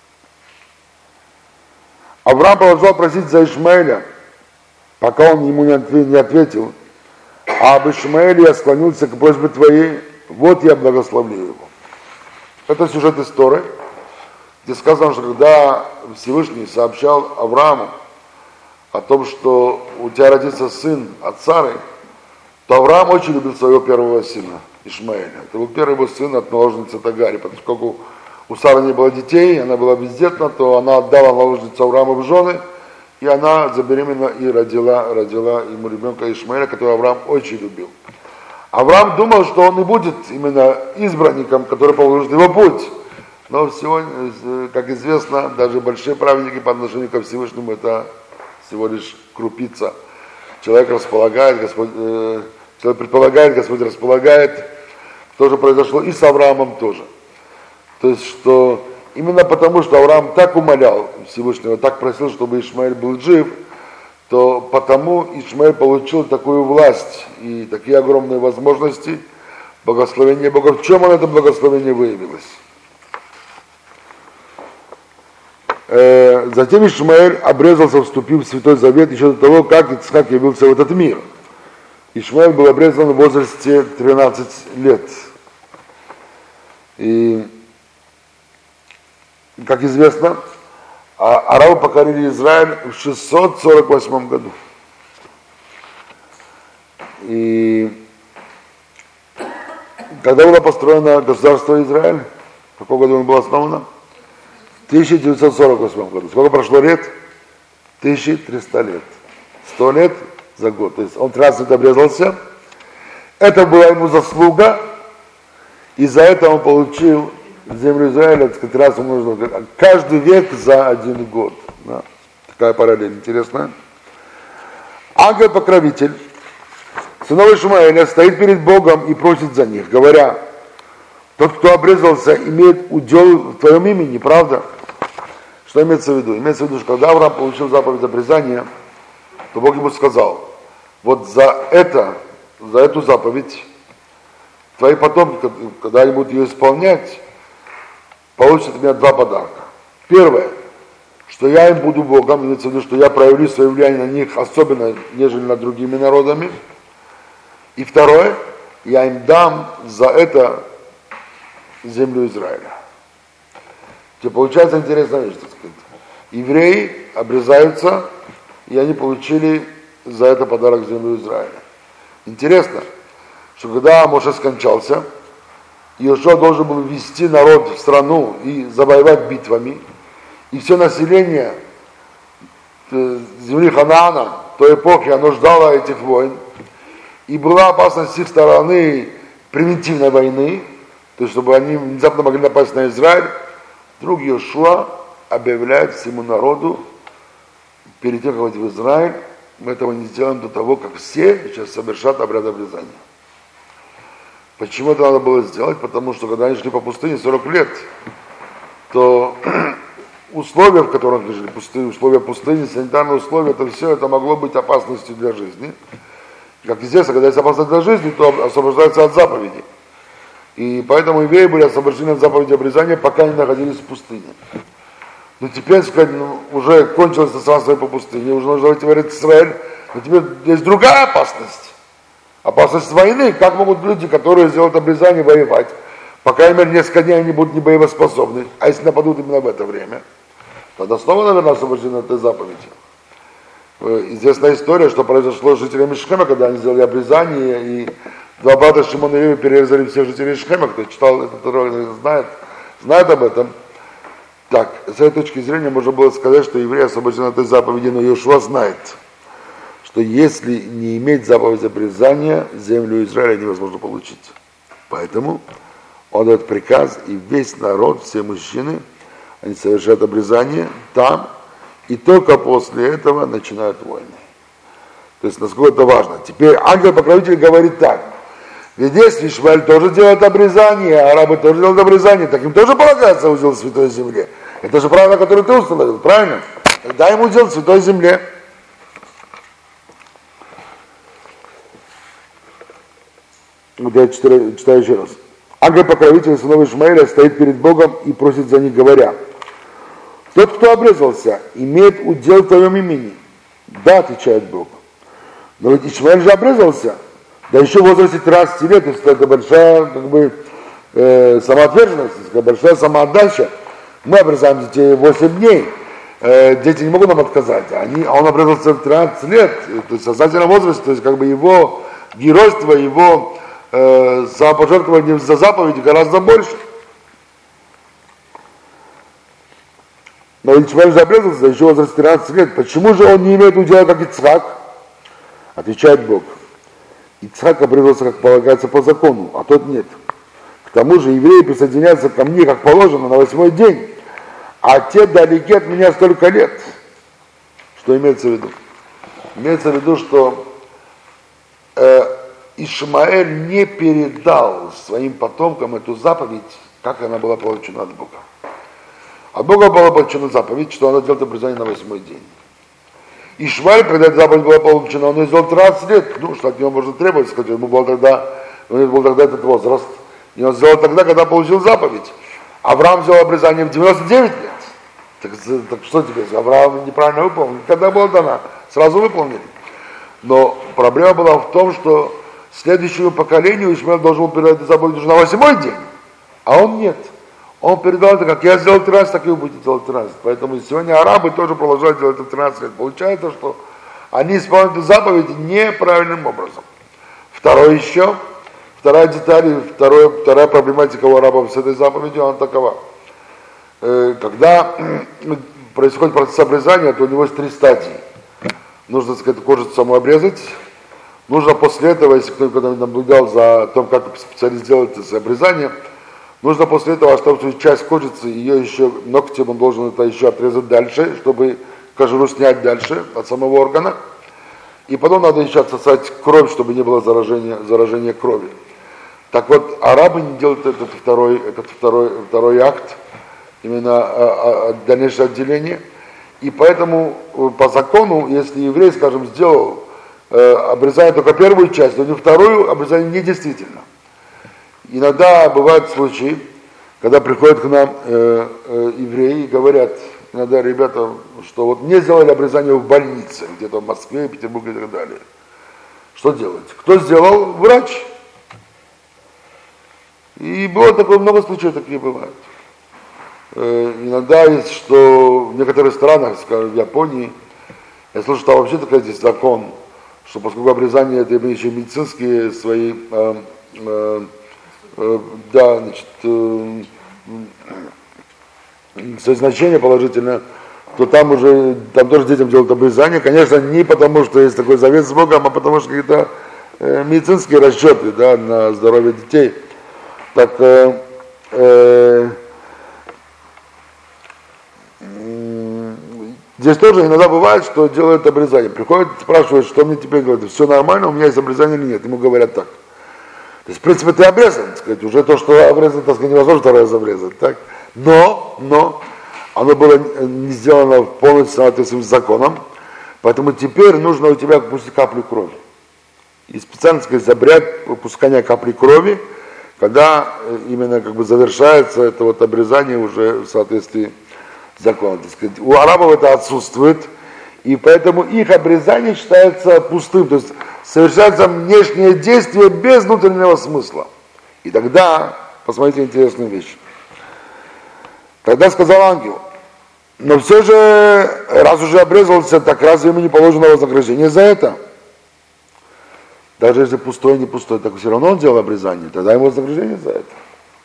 Авраам продолжал просить за Ишмаэля, пока он ему не ответил: а об Ишмаэле я склонился к просьбе твоей, вот я благословлю его. Это сюжет из Торы, где сказано, что когда Всевышний сообщал Аврааму о том, что у тебя родится сын от Сары, то Авраам очень любил своего первого сына, Ишмаэля. Это был первый его сын от наложницы Агари, поскольку у Сары не было детей, она была бездетна, то она отдала наложницу Авраама в жены, и она забеременела и родила ему ребенка Ишмаэля, которого Авраам очень любил. Авраам думал, что он и будет именно избранником, который положит его путь. Но сегодня, как известно, даже большие праведники по отношению ко Всевышнему — это всего лишь крупица. Человек предполагает, Господь располагает. То же произошло и с Авраамом тоже. То есть, что именно потому, что Авраам так умолял Всевышнего, так просил, чтобы Ишмаэль был жив, то потому Ишмаэль получил такую власть и такие огромные возможности благословения Бога. В чем он это благословение выявилось? Затем Ишмаэль обрезался, вступив в Святой Завет еще до того, как Ицхак явился в этот мир. Ишмаэль был обрезан в возрасте 13 лет. И, как известно, арабы покорили Израиль в 648 году. И когда было построено государство Израиль, в каком году оно было основано? В 1948 году. Сколько прошло лет? 1300 лет. 100 лет за год. То есть он 13 лет обрезался. Это была ему заслуга, и за это он получил землю Израиля, 13 умножено, каждый век за 1 год. Да. Такая параллель интересная. Ангел-покровитель сынов Ишмаэля стоит перед Богом и просит за них, говоря: тот, кто обрезался, имеет удел в твоем имени, правда? Что имеется в виду? Имеется в виду, что когда Авраам получил заповедь обрезания, то Бог ему сказал: вот за эту заповедь твои потомки, когда они будут ее исполнять, получат от меня 2 подарка. Первое, что я им буду Богом, имеется в виду, что я проявлю свое влияние на них, особенно, нежели над другими народами. И второе, я им дам за это землю Израиля. Теперь получается интересная вещь, так сказать. Евреи обрезаются, и они получили за это подарок землю Израиля. Интересно, что когда Моше скончался, Иошуа должен был ввести народ в страну и завоевать битвами, и все население земли Ханаана той эпохи, оно ждало этих войн, и была опасность с их стороны превентивной войны, то есть чтобы они внезапно могли напасть на Израиль. Вдруг Иошуа объявляет всему народу, перед тем, как войти в Израиль, мы этого не сделаем до того, как все сейчас совершат обряд обрезания. Почему это надо было сделать? Потому что когда они шли по пустыне 40 лет, то условия, в которых они жили, условия пустыни, санитарные условия, это все это могло быть опасностью для жизни. Как известно, когда есть опасность для жизни, то освобождаются от заповедей. И поэтому евреи были освобождены от заповеди обрезания, пока они находились в пустыне. Но теперь, сказать, уже кончилось странствие по пустыне, уже нужно идти в Израиль, но теперь есть другая опасность. Опасность войны. Как могут люди, которые сделают обрезание, воевать? По крайней мере, несколько дней они будут не боеспособны. А если нападут именно в это время, тогда снова, наверное, освобождены от этой заповеди. Известная история, что произошло с жителями Шхема, когда они сделали обрезание, и два брата Шимон и Леви перерезали всех жителей Шхема. Кто читал этот урок, знает об этом. Так, с этой точки зрения можно было сказать, что евреи освобождены от этой заповеди, но Иошуа знает, что если не иметь заповедь обрезания, землю Израиля невозможно получить. Поэтому он дает приказ, и весь народ, все мужчины, они совершают обрезание там, и только после этого начинают войны. То есть, насколько это важно. Теперь ангел-покровитель говорит так: ведь если Ишмаэль тоже делает обрезание, а арабы тоже делают обрезание, так им тоже полагается удел в Святой Земле. Это же правило, которое ты установил, правильно? Дай ему удел в Святой Земле. Вот я читаю еще раз. Ангел-покровитель сынов Ишмаэля стоит перед Богом и просит за них, говоря: тот, кто обрезался, имеет удел в твоем имени. Да, отвечает Бог. Но ведь Ишмаэль же обрезался, да еще в возрасте 13 лет, то есть это большая самоотверженность, это большая самоотдача. Мы обрезаем детей 8 дней, дети не могут нам отказать, а он обрезался в 13 лет, то есть в сознательном возрасте, то есть его геройство, его самопожертвование за заповеди гораздо больше. Но Ишмаэль же обрезался еще в возрасте 13 лет. Почему же он не имеет удела, как Ицхак? Отвечает Бог: Ицхак обрезался, как полагается по закону, а тот нет. К тому же евреи присоединяются ко мне, как положено, на 8-й день, а те далеки от меня столько лет. Что имеется в виду? Имеется в виду, что Ишмаэль не передал своим потомкам эту заповедь, как она была получена от Бога. От Бога была получена заповедь, что она делает обрезание на 8-й день. Ишмаэль, когда эта заповедь была получена, он ее сделал 13 лет, что от него можно требовать, сказать, ему был тогда этот возраст. И он сделал тогда, когда получил заповедь. Авраам сделал обрезание в 99 лет. Так что теперь, Авраам неправильно выполнил? Когда была дана, сразу выполнили. Но проблема была в том, что следующему поколению Ишмаэль должен был передать эту заповедь уже на 8-й день, а он нет. Он передал это, как я сделал 13, так и вы будете делать 13. Поэтому сегодня арабы тоже продолжают делать это 13 лет. Получается, что они исполняют эту заповедь неправильным образом. Вторая деталь, вторая проблематика у арабов с этой заповедью, она такова. Когда происходит процесс обрезания, то у него есть 3 стадии. Нужно, так сказать, кожицу саму обрезать. Нужно после этого, если кто-нибудь наблюдал за тем, как специалист делает это обрезание, нужно после этого оставшуюся часть кожицы, ее еще ногтем он должен это еще отрезать дальше, чтобы кожуру снять дальше от самого органа. И потом надо еще отсосать кровь, чтобы не было заражения крови. Так вот, арабы не делают этот второй акт, именно дальнейшее отделение. И поэтому по закону, если еврей, скажем, сделал обрезание только первую часть, но не вторую, обрезание недействительно. Иногда бывают случаи, когда приходят к нам евреи и говорят, иногда ребята, что вот мне сделали обрезание в больнице, где-то в Москве, Петербурге и так далее. Что делать? Кто сделал? Врач. И было такое, много случаев такие бывают. Иногда есть, что в некоторых странах, скажем, в Японии, я слышал, что вообще такой здесь закон, что поскольку обрезание это имеет еще медицинские свои, да, значит, свои значения положительное, то там тоже детям делают обрезание, конечно, не потому, что есть такой завет с Богом, а потому что какие-то медицинские расчеты, да, на здоровье детей. Так, здесь тоже иногда бывает, что делают обрезание. Приходят, спрашивают, что мне теперь говорят, все нормально, у меня есть обрезание или нет. Ему говорят так. То есть, в принципе, ты обрезан, так сказать, уже то, что обрезан, так сказать, невозможно второй раз обрезать, так? Но оно было не сделано полностью в соответствии с законом, поэтому теперь нужно у тебя пустить каплю крови. И специально, так сказать, обряд пускания капли крови, когда именно как бы завершается это вот обрезание уже в соответствии с законом. Так сказать, у арабов это отсутствует, и поэтому их обрезание считается пустым, то есть совершается внешнее действие без внутреннего смысла. И тогда, посмотрите интересную вещь. Тогда сказал ангел, но все же, раз уже обрезался, так разве ему не положено вознаграждение за это? Даже если пустой, не пустой, так все равно он делал обрезание, тогда ему вознаграждение за это.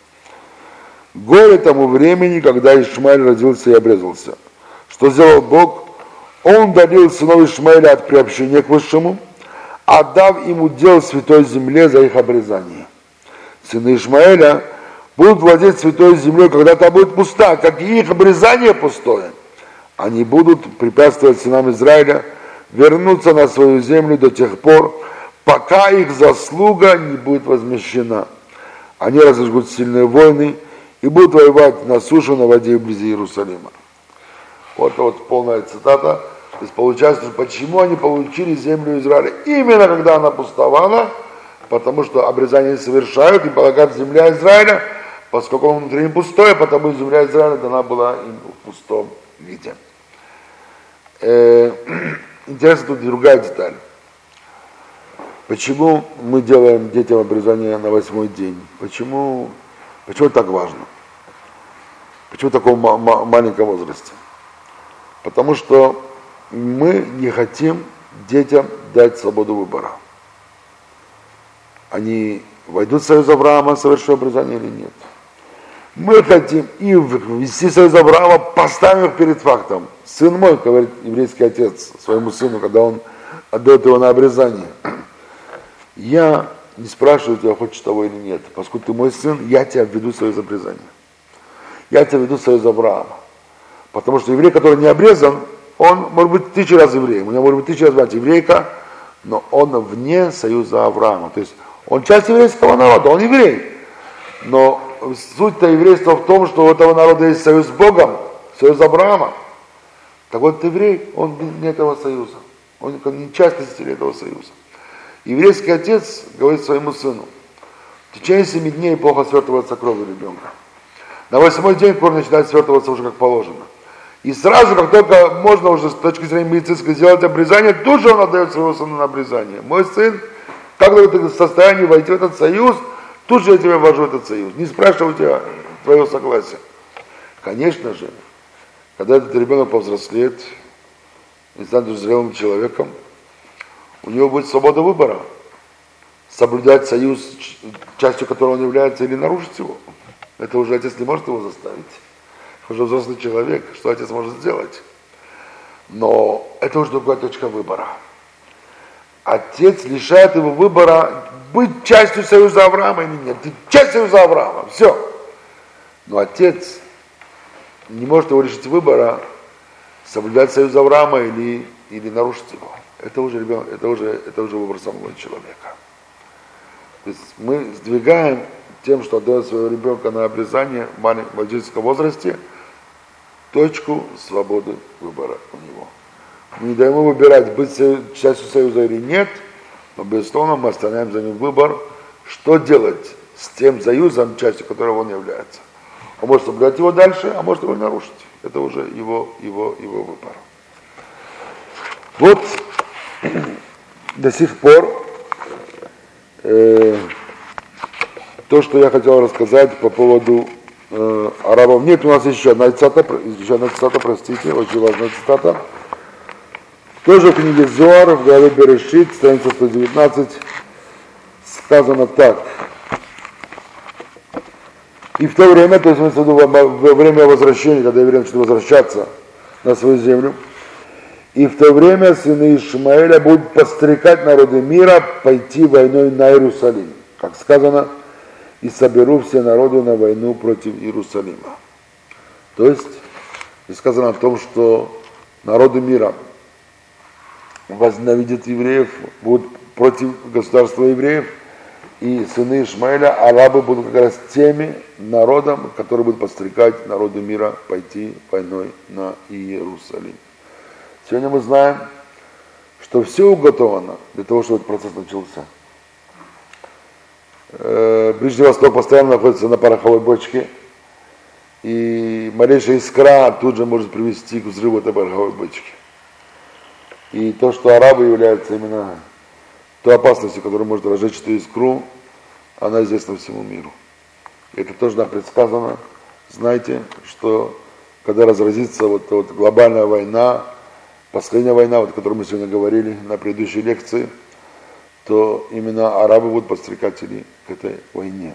Горе тому времени, когда Ишмаэль родился и обрезался. Что сделал Бог? Он удалил сынов Ишмаэля от приобщения к Высшему, отдав им удел святой земле за их обрезание. Сыны Ишмаэля будут владеть святой землей, когда та будет пуста, как и их обрезание пустое. Они будут препятствовать сынам Израиля вернуться на свою землю до тех пор, пока их заслуга не будет возмещена. Они разожгут сильные войны и будут воевать на суше, на воде вблизи Иерусалима. Вот полная цитата. То есть получается, почему они получили землю Израиля? Именно когда она пустовала, потому что обрезание совершают и полагают земля Израиля, поскольку он внутри пустое, потому что земля Израиля дана была им в пустом виде. Интересна тут другая деталь. Почему мы делаем детям обрезание на 8-й день? Почему так важно? Почему в таком маленьком возрасте? Потому что мы не хотим детям дать свободу выбора. Они войдут в союз Авраама, совершив обрезание или нет. Мы хотим им ввести в союз Авраама, поставив их перед фактом. Сын мой, говорит еврейский отец своему сыну, когда он отдает его на обрезание. Я не спрашиваю тебя, хочешь того или нет. Поскольку ты мой сын, я тебя введу в союз обрезания. Я тебя введу в союз Авраама. Потому что еврей, который не обрезан, он может быть 1000 раз евреем, у него может быть 1000 раз мать еврейка, но он вне союза Авраама. То есть он часть еврейского народа, он еврей. Но суть-то еврейства в том, что у этого народа есть союз с Богом, союз Авраама. Так вот, еврей, он вне этого союза. Он не часть носителя этого союза. Еврейский отец говорит своему сыну, в течение 7 дней плохо свертывается кровь ребенка. На 8-й день кровь начинает свертываться уже как положено. И сразу, как только можно уже с точки зрения медицинской сделать обрезание, тут же он отдает своего сына на обрезание. Мой сын, как только ты в состоянии войти в этот союз, тут же я тебя ввожу в этот союз. Не спрашиваю у тебя твоего согласия. Конечно же, когда этот ребенок повзрослеет и станет зрелым человеком, у него будет свобода выбора. Соблюдать союз, частью которого он является, или нарушить его. Это уже отец не может его заставить. Уже взрослый человек, что отец может сделать? Но это уже другая точка выбора. Отец лишает его выбора быть частью союза Авраама или нет. Ты часть союза Авраама, все. Но отец не может его лишить выбора, соблюдать союз Авраама или нарушить его. Это уже ребенок, это уже выбор самого человека. То есть мы сдвигаем тем, что отдаем своего ребенка на обрезание в мальчишеском возрасте, точку свободы выбора у него. Мы не даем ему выбирать, быть частью союза или нет, но, безусловно, мы оставляем за ним выбор, что делать с тем союзом, частью которого он является. Он может соблюдать его дальше, а может его нарушить. Это уже его выбор. Вот до сих пор то, что я хотел рассказать по поводу арабов. Нет, у нас еще одна цитата, простите, очень важная цитата. Тоже в книге Зоар, в главе Берешит, страница 119, сказано так. И в то время, то есть во время возвращения, когда евреи начали возвращаться на свою землю, и в то время сыны Ишмаэля будут подстрекать народы мира пойти войной на Иерусалим. Как сказано, и соберу все народы на войну против Иерусалима. То есть, здесь сказано о том, что народы мира возненавидят евреев, будут против государства евреев, и сыны Ишмаэля, арабы, будут как раз теми народом, которые будут подстрекать народы мира пойти войной на Иерусалим. Сегодня мы знаем, что все уготовано для того, чтобы этот процесс начался. Ближний Восток постоянно находится на пороховой бочке, и малейшая искра тут же может привести к взрыву этой пороховой бочки. И то, что арабы являются именно той опасностью, которая может разжечь эту искру, она известна всему миру. И это тоже нам предсказано. Знаете, что когда разразится вот глобальная война, последняя война, вот, о которой мы сегодня говорили на предыдущей лекции, то именно арабы будут подстрекатели к этой войне.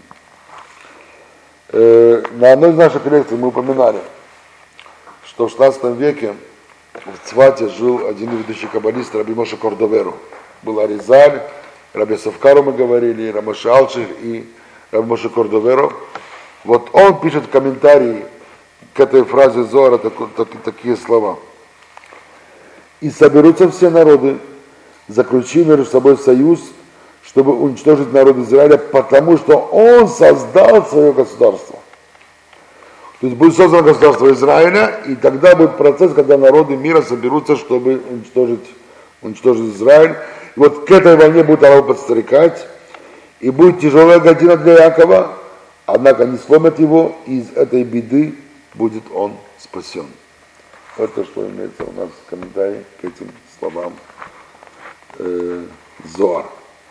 На одной из наших лекций мы упоминали, что в 16 веке в Цвате жил один ведущий каббалист Раби Моше Кордоверо. Был Аризаль, Раби Савкару мы говорили, Раби Моше Алших и Раби Моше Кордоверо. Вот он пишет в комментарии к этой фразе Зоара такие слова. «И соберутся все народы, заключив между собой союз, чтобы уничтожить народ Израиля, потому что он создал свое государство». То есть будет создано государство Израиля, и тогда будет процесс, когда народы мира соберутся, чтобы уничтожить Израиль. И вот к этой войне будут арабы подстрекать, и будет тяжелая година для Якова, однако не сломят его, и из этой беды будет он спасен. Вот то, что имеется у нас в комментарии к этим словам Зоар.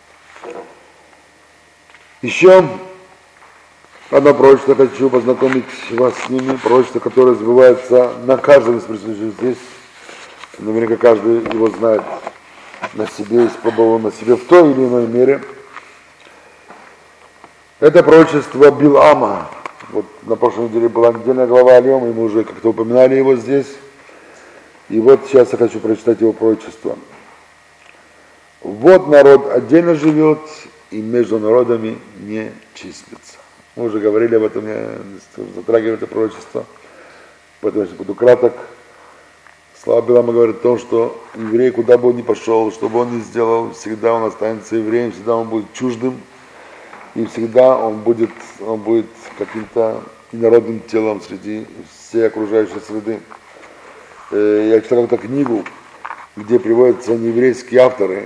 Еще одно пророчество, хочу познакомить вас с ними, пророчество, которое сбывается на каждом из присутствующих здесь. Наверняка каждый его знает на себе, испробовал на себе в той или иной мере. Это пророчество Билама. Вот на прошлой неделе была отдельная глава о нем, и мы уже как-то упоминали его здесь. И вот сейчас я хочу прочитать его пророчество. Вот народ отдельно живет, и между народами не числится. Мы уже говорили об этом, я затрагиваю это пророчество, поэтому я буду краток. Слава Билама говорит о том, что еврей, куда бы он ни пошел, что бы он ни сделал, всегда он останется евреем, всегда он будет чуждым, и всегда он будет каким-то инородным телом среди всей окружающей среды. Я читал какую-то книгу, где приводятся нееврейские авторы,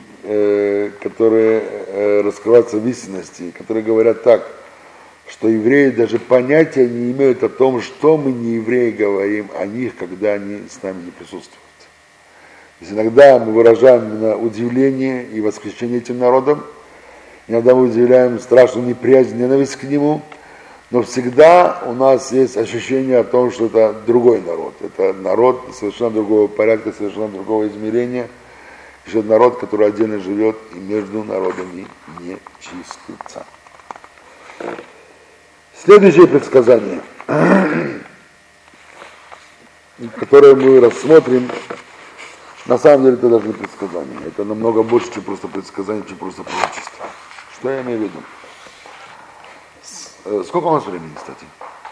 которые раскрываются в истинности, которые говорят так, что евреи даже понятия не имеют о том, что мы не евреи говорим о них, когда они с нами не присутствуют. То есть иногда мы выражаем именно удивление и восхищение этим народом, иногда мы выделяем страшную неприязнь, ненависть к нему, но всегда у нас есть ощущение о том, что это другой народ. Это народ совершенно другого порядка, совершенно другого измерения. Еще народ, который отдельно живет и между народами не числится. Следующее предсказание, которое мы рассмотрим, на самом деле это даже не предсказание. Это намного больше, чем просто предсказание, чем просто пророчество. Что я имею в виду? Сколько у нас времени, кстати?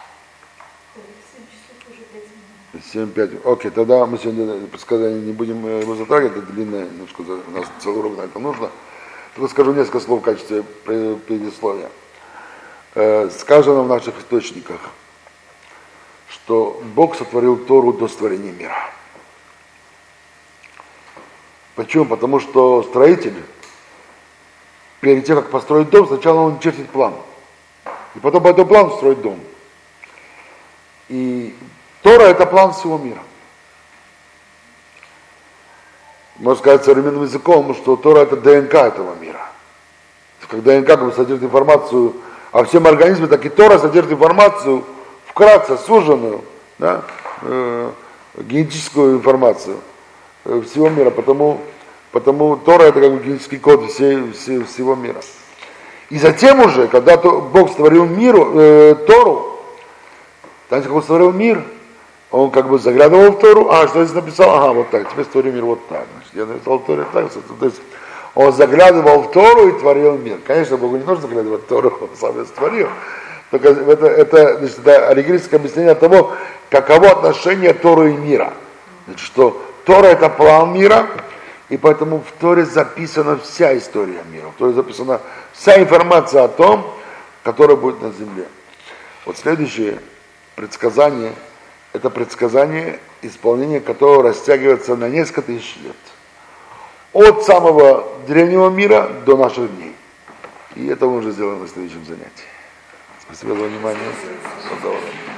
7-5. Окей, тогда мы сегодня предсказание не будем его затрагивать, это длинное, немножко, у нас целый урок на это нужно. Только скажу несколько слов в качестве предисловия. Сказано в наших источниках, что Бог сотворил Тору до створения мира. Почему? Потому что строитель, перед тем, как построить дом, сначала он чертит план. И потом по этому плану строит дом. И Тора – это план всего мира. Можно сказать современным языком, что Тора – это ДНК этого мира. Когда ДНК содержит информацию о всем организме, так и Тора содержит информацию, вкратце суженную, да, генетическую информацию всего мира, потому Тора это как бы генетический код всего мира. И затем уже, когда Бог створил Тору, знаете, как он створил мир, он как бы заглядывал в Тору, что я здесь написал, вот так, теперь створил мир вот так. Значит, я написал в Торе так, то есть он заглядывал в Тору и творил мир. Конечно, Богу не нужно заглядывать в Тору, он сам ее створил. Только это оригинальное объяснение того, каково отношение Торы и мира. Значит, что Тора это план мира, и поэтому в Торе записана вся история мира. В Торе записана вся информация о том, которая будет на земле. Вот следующее предсказание, это предсказание, исполнение которого растягивается на несколько тысяч лет. От самого древнего мира до наших дней. И это мы уже сделаем на следующем занятии. Спасибо за внимание.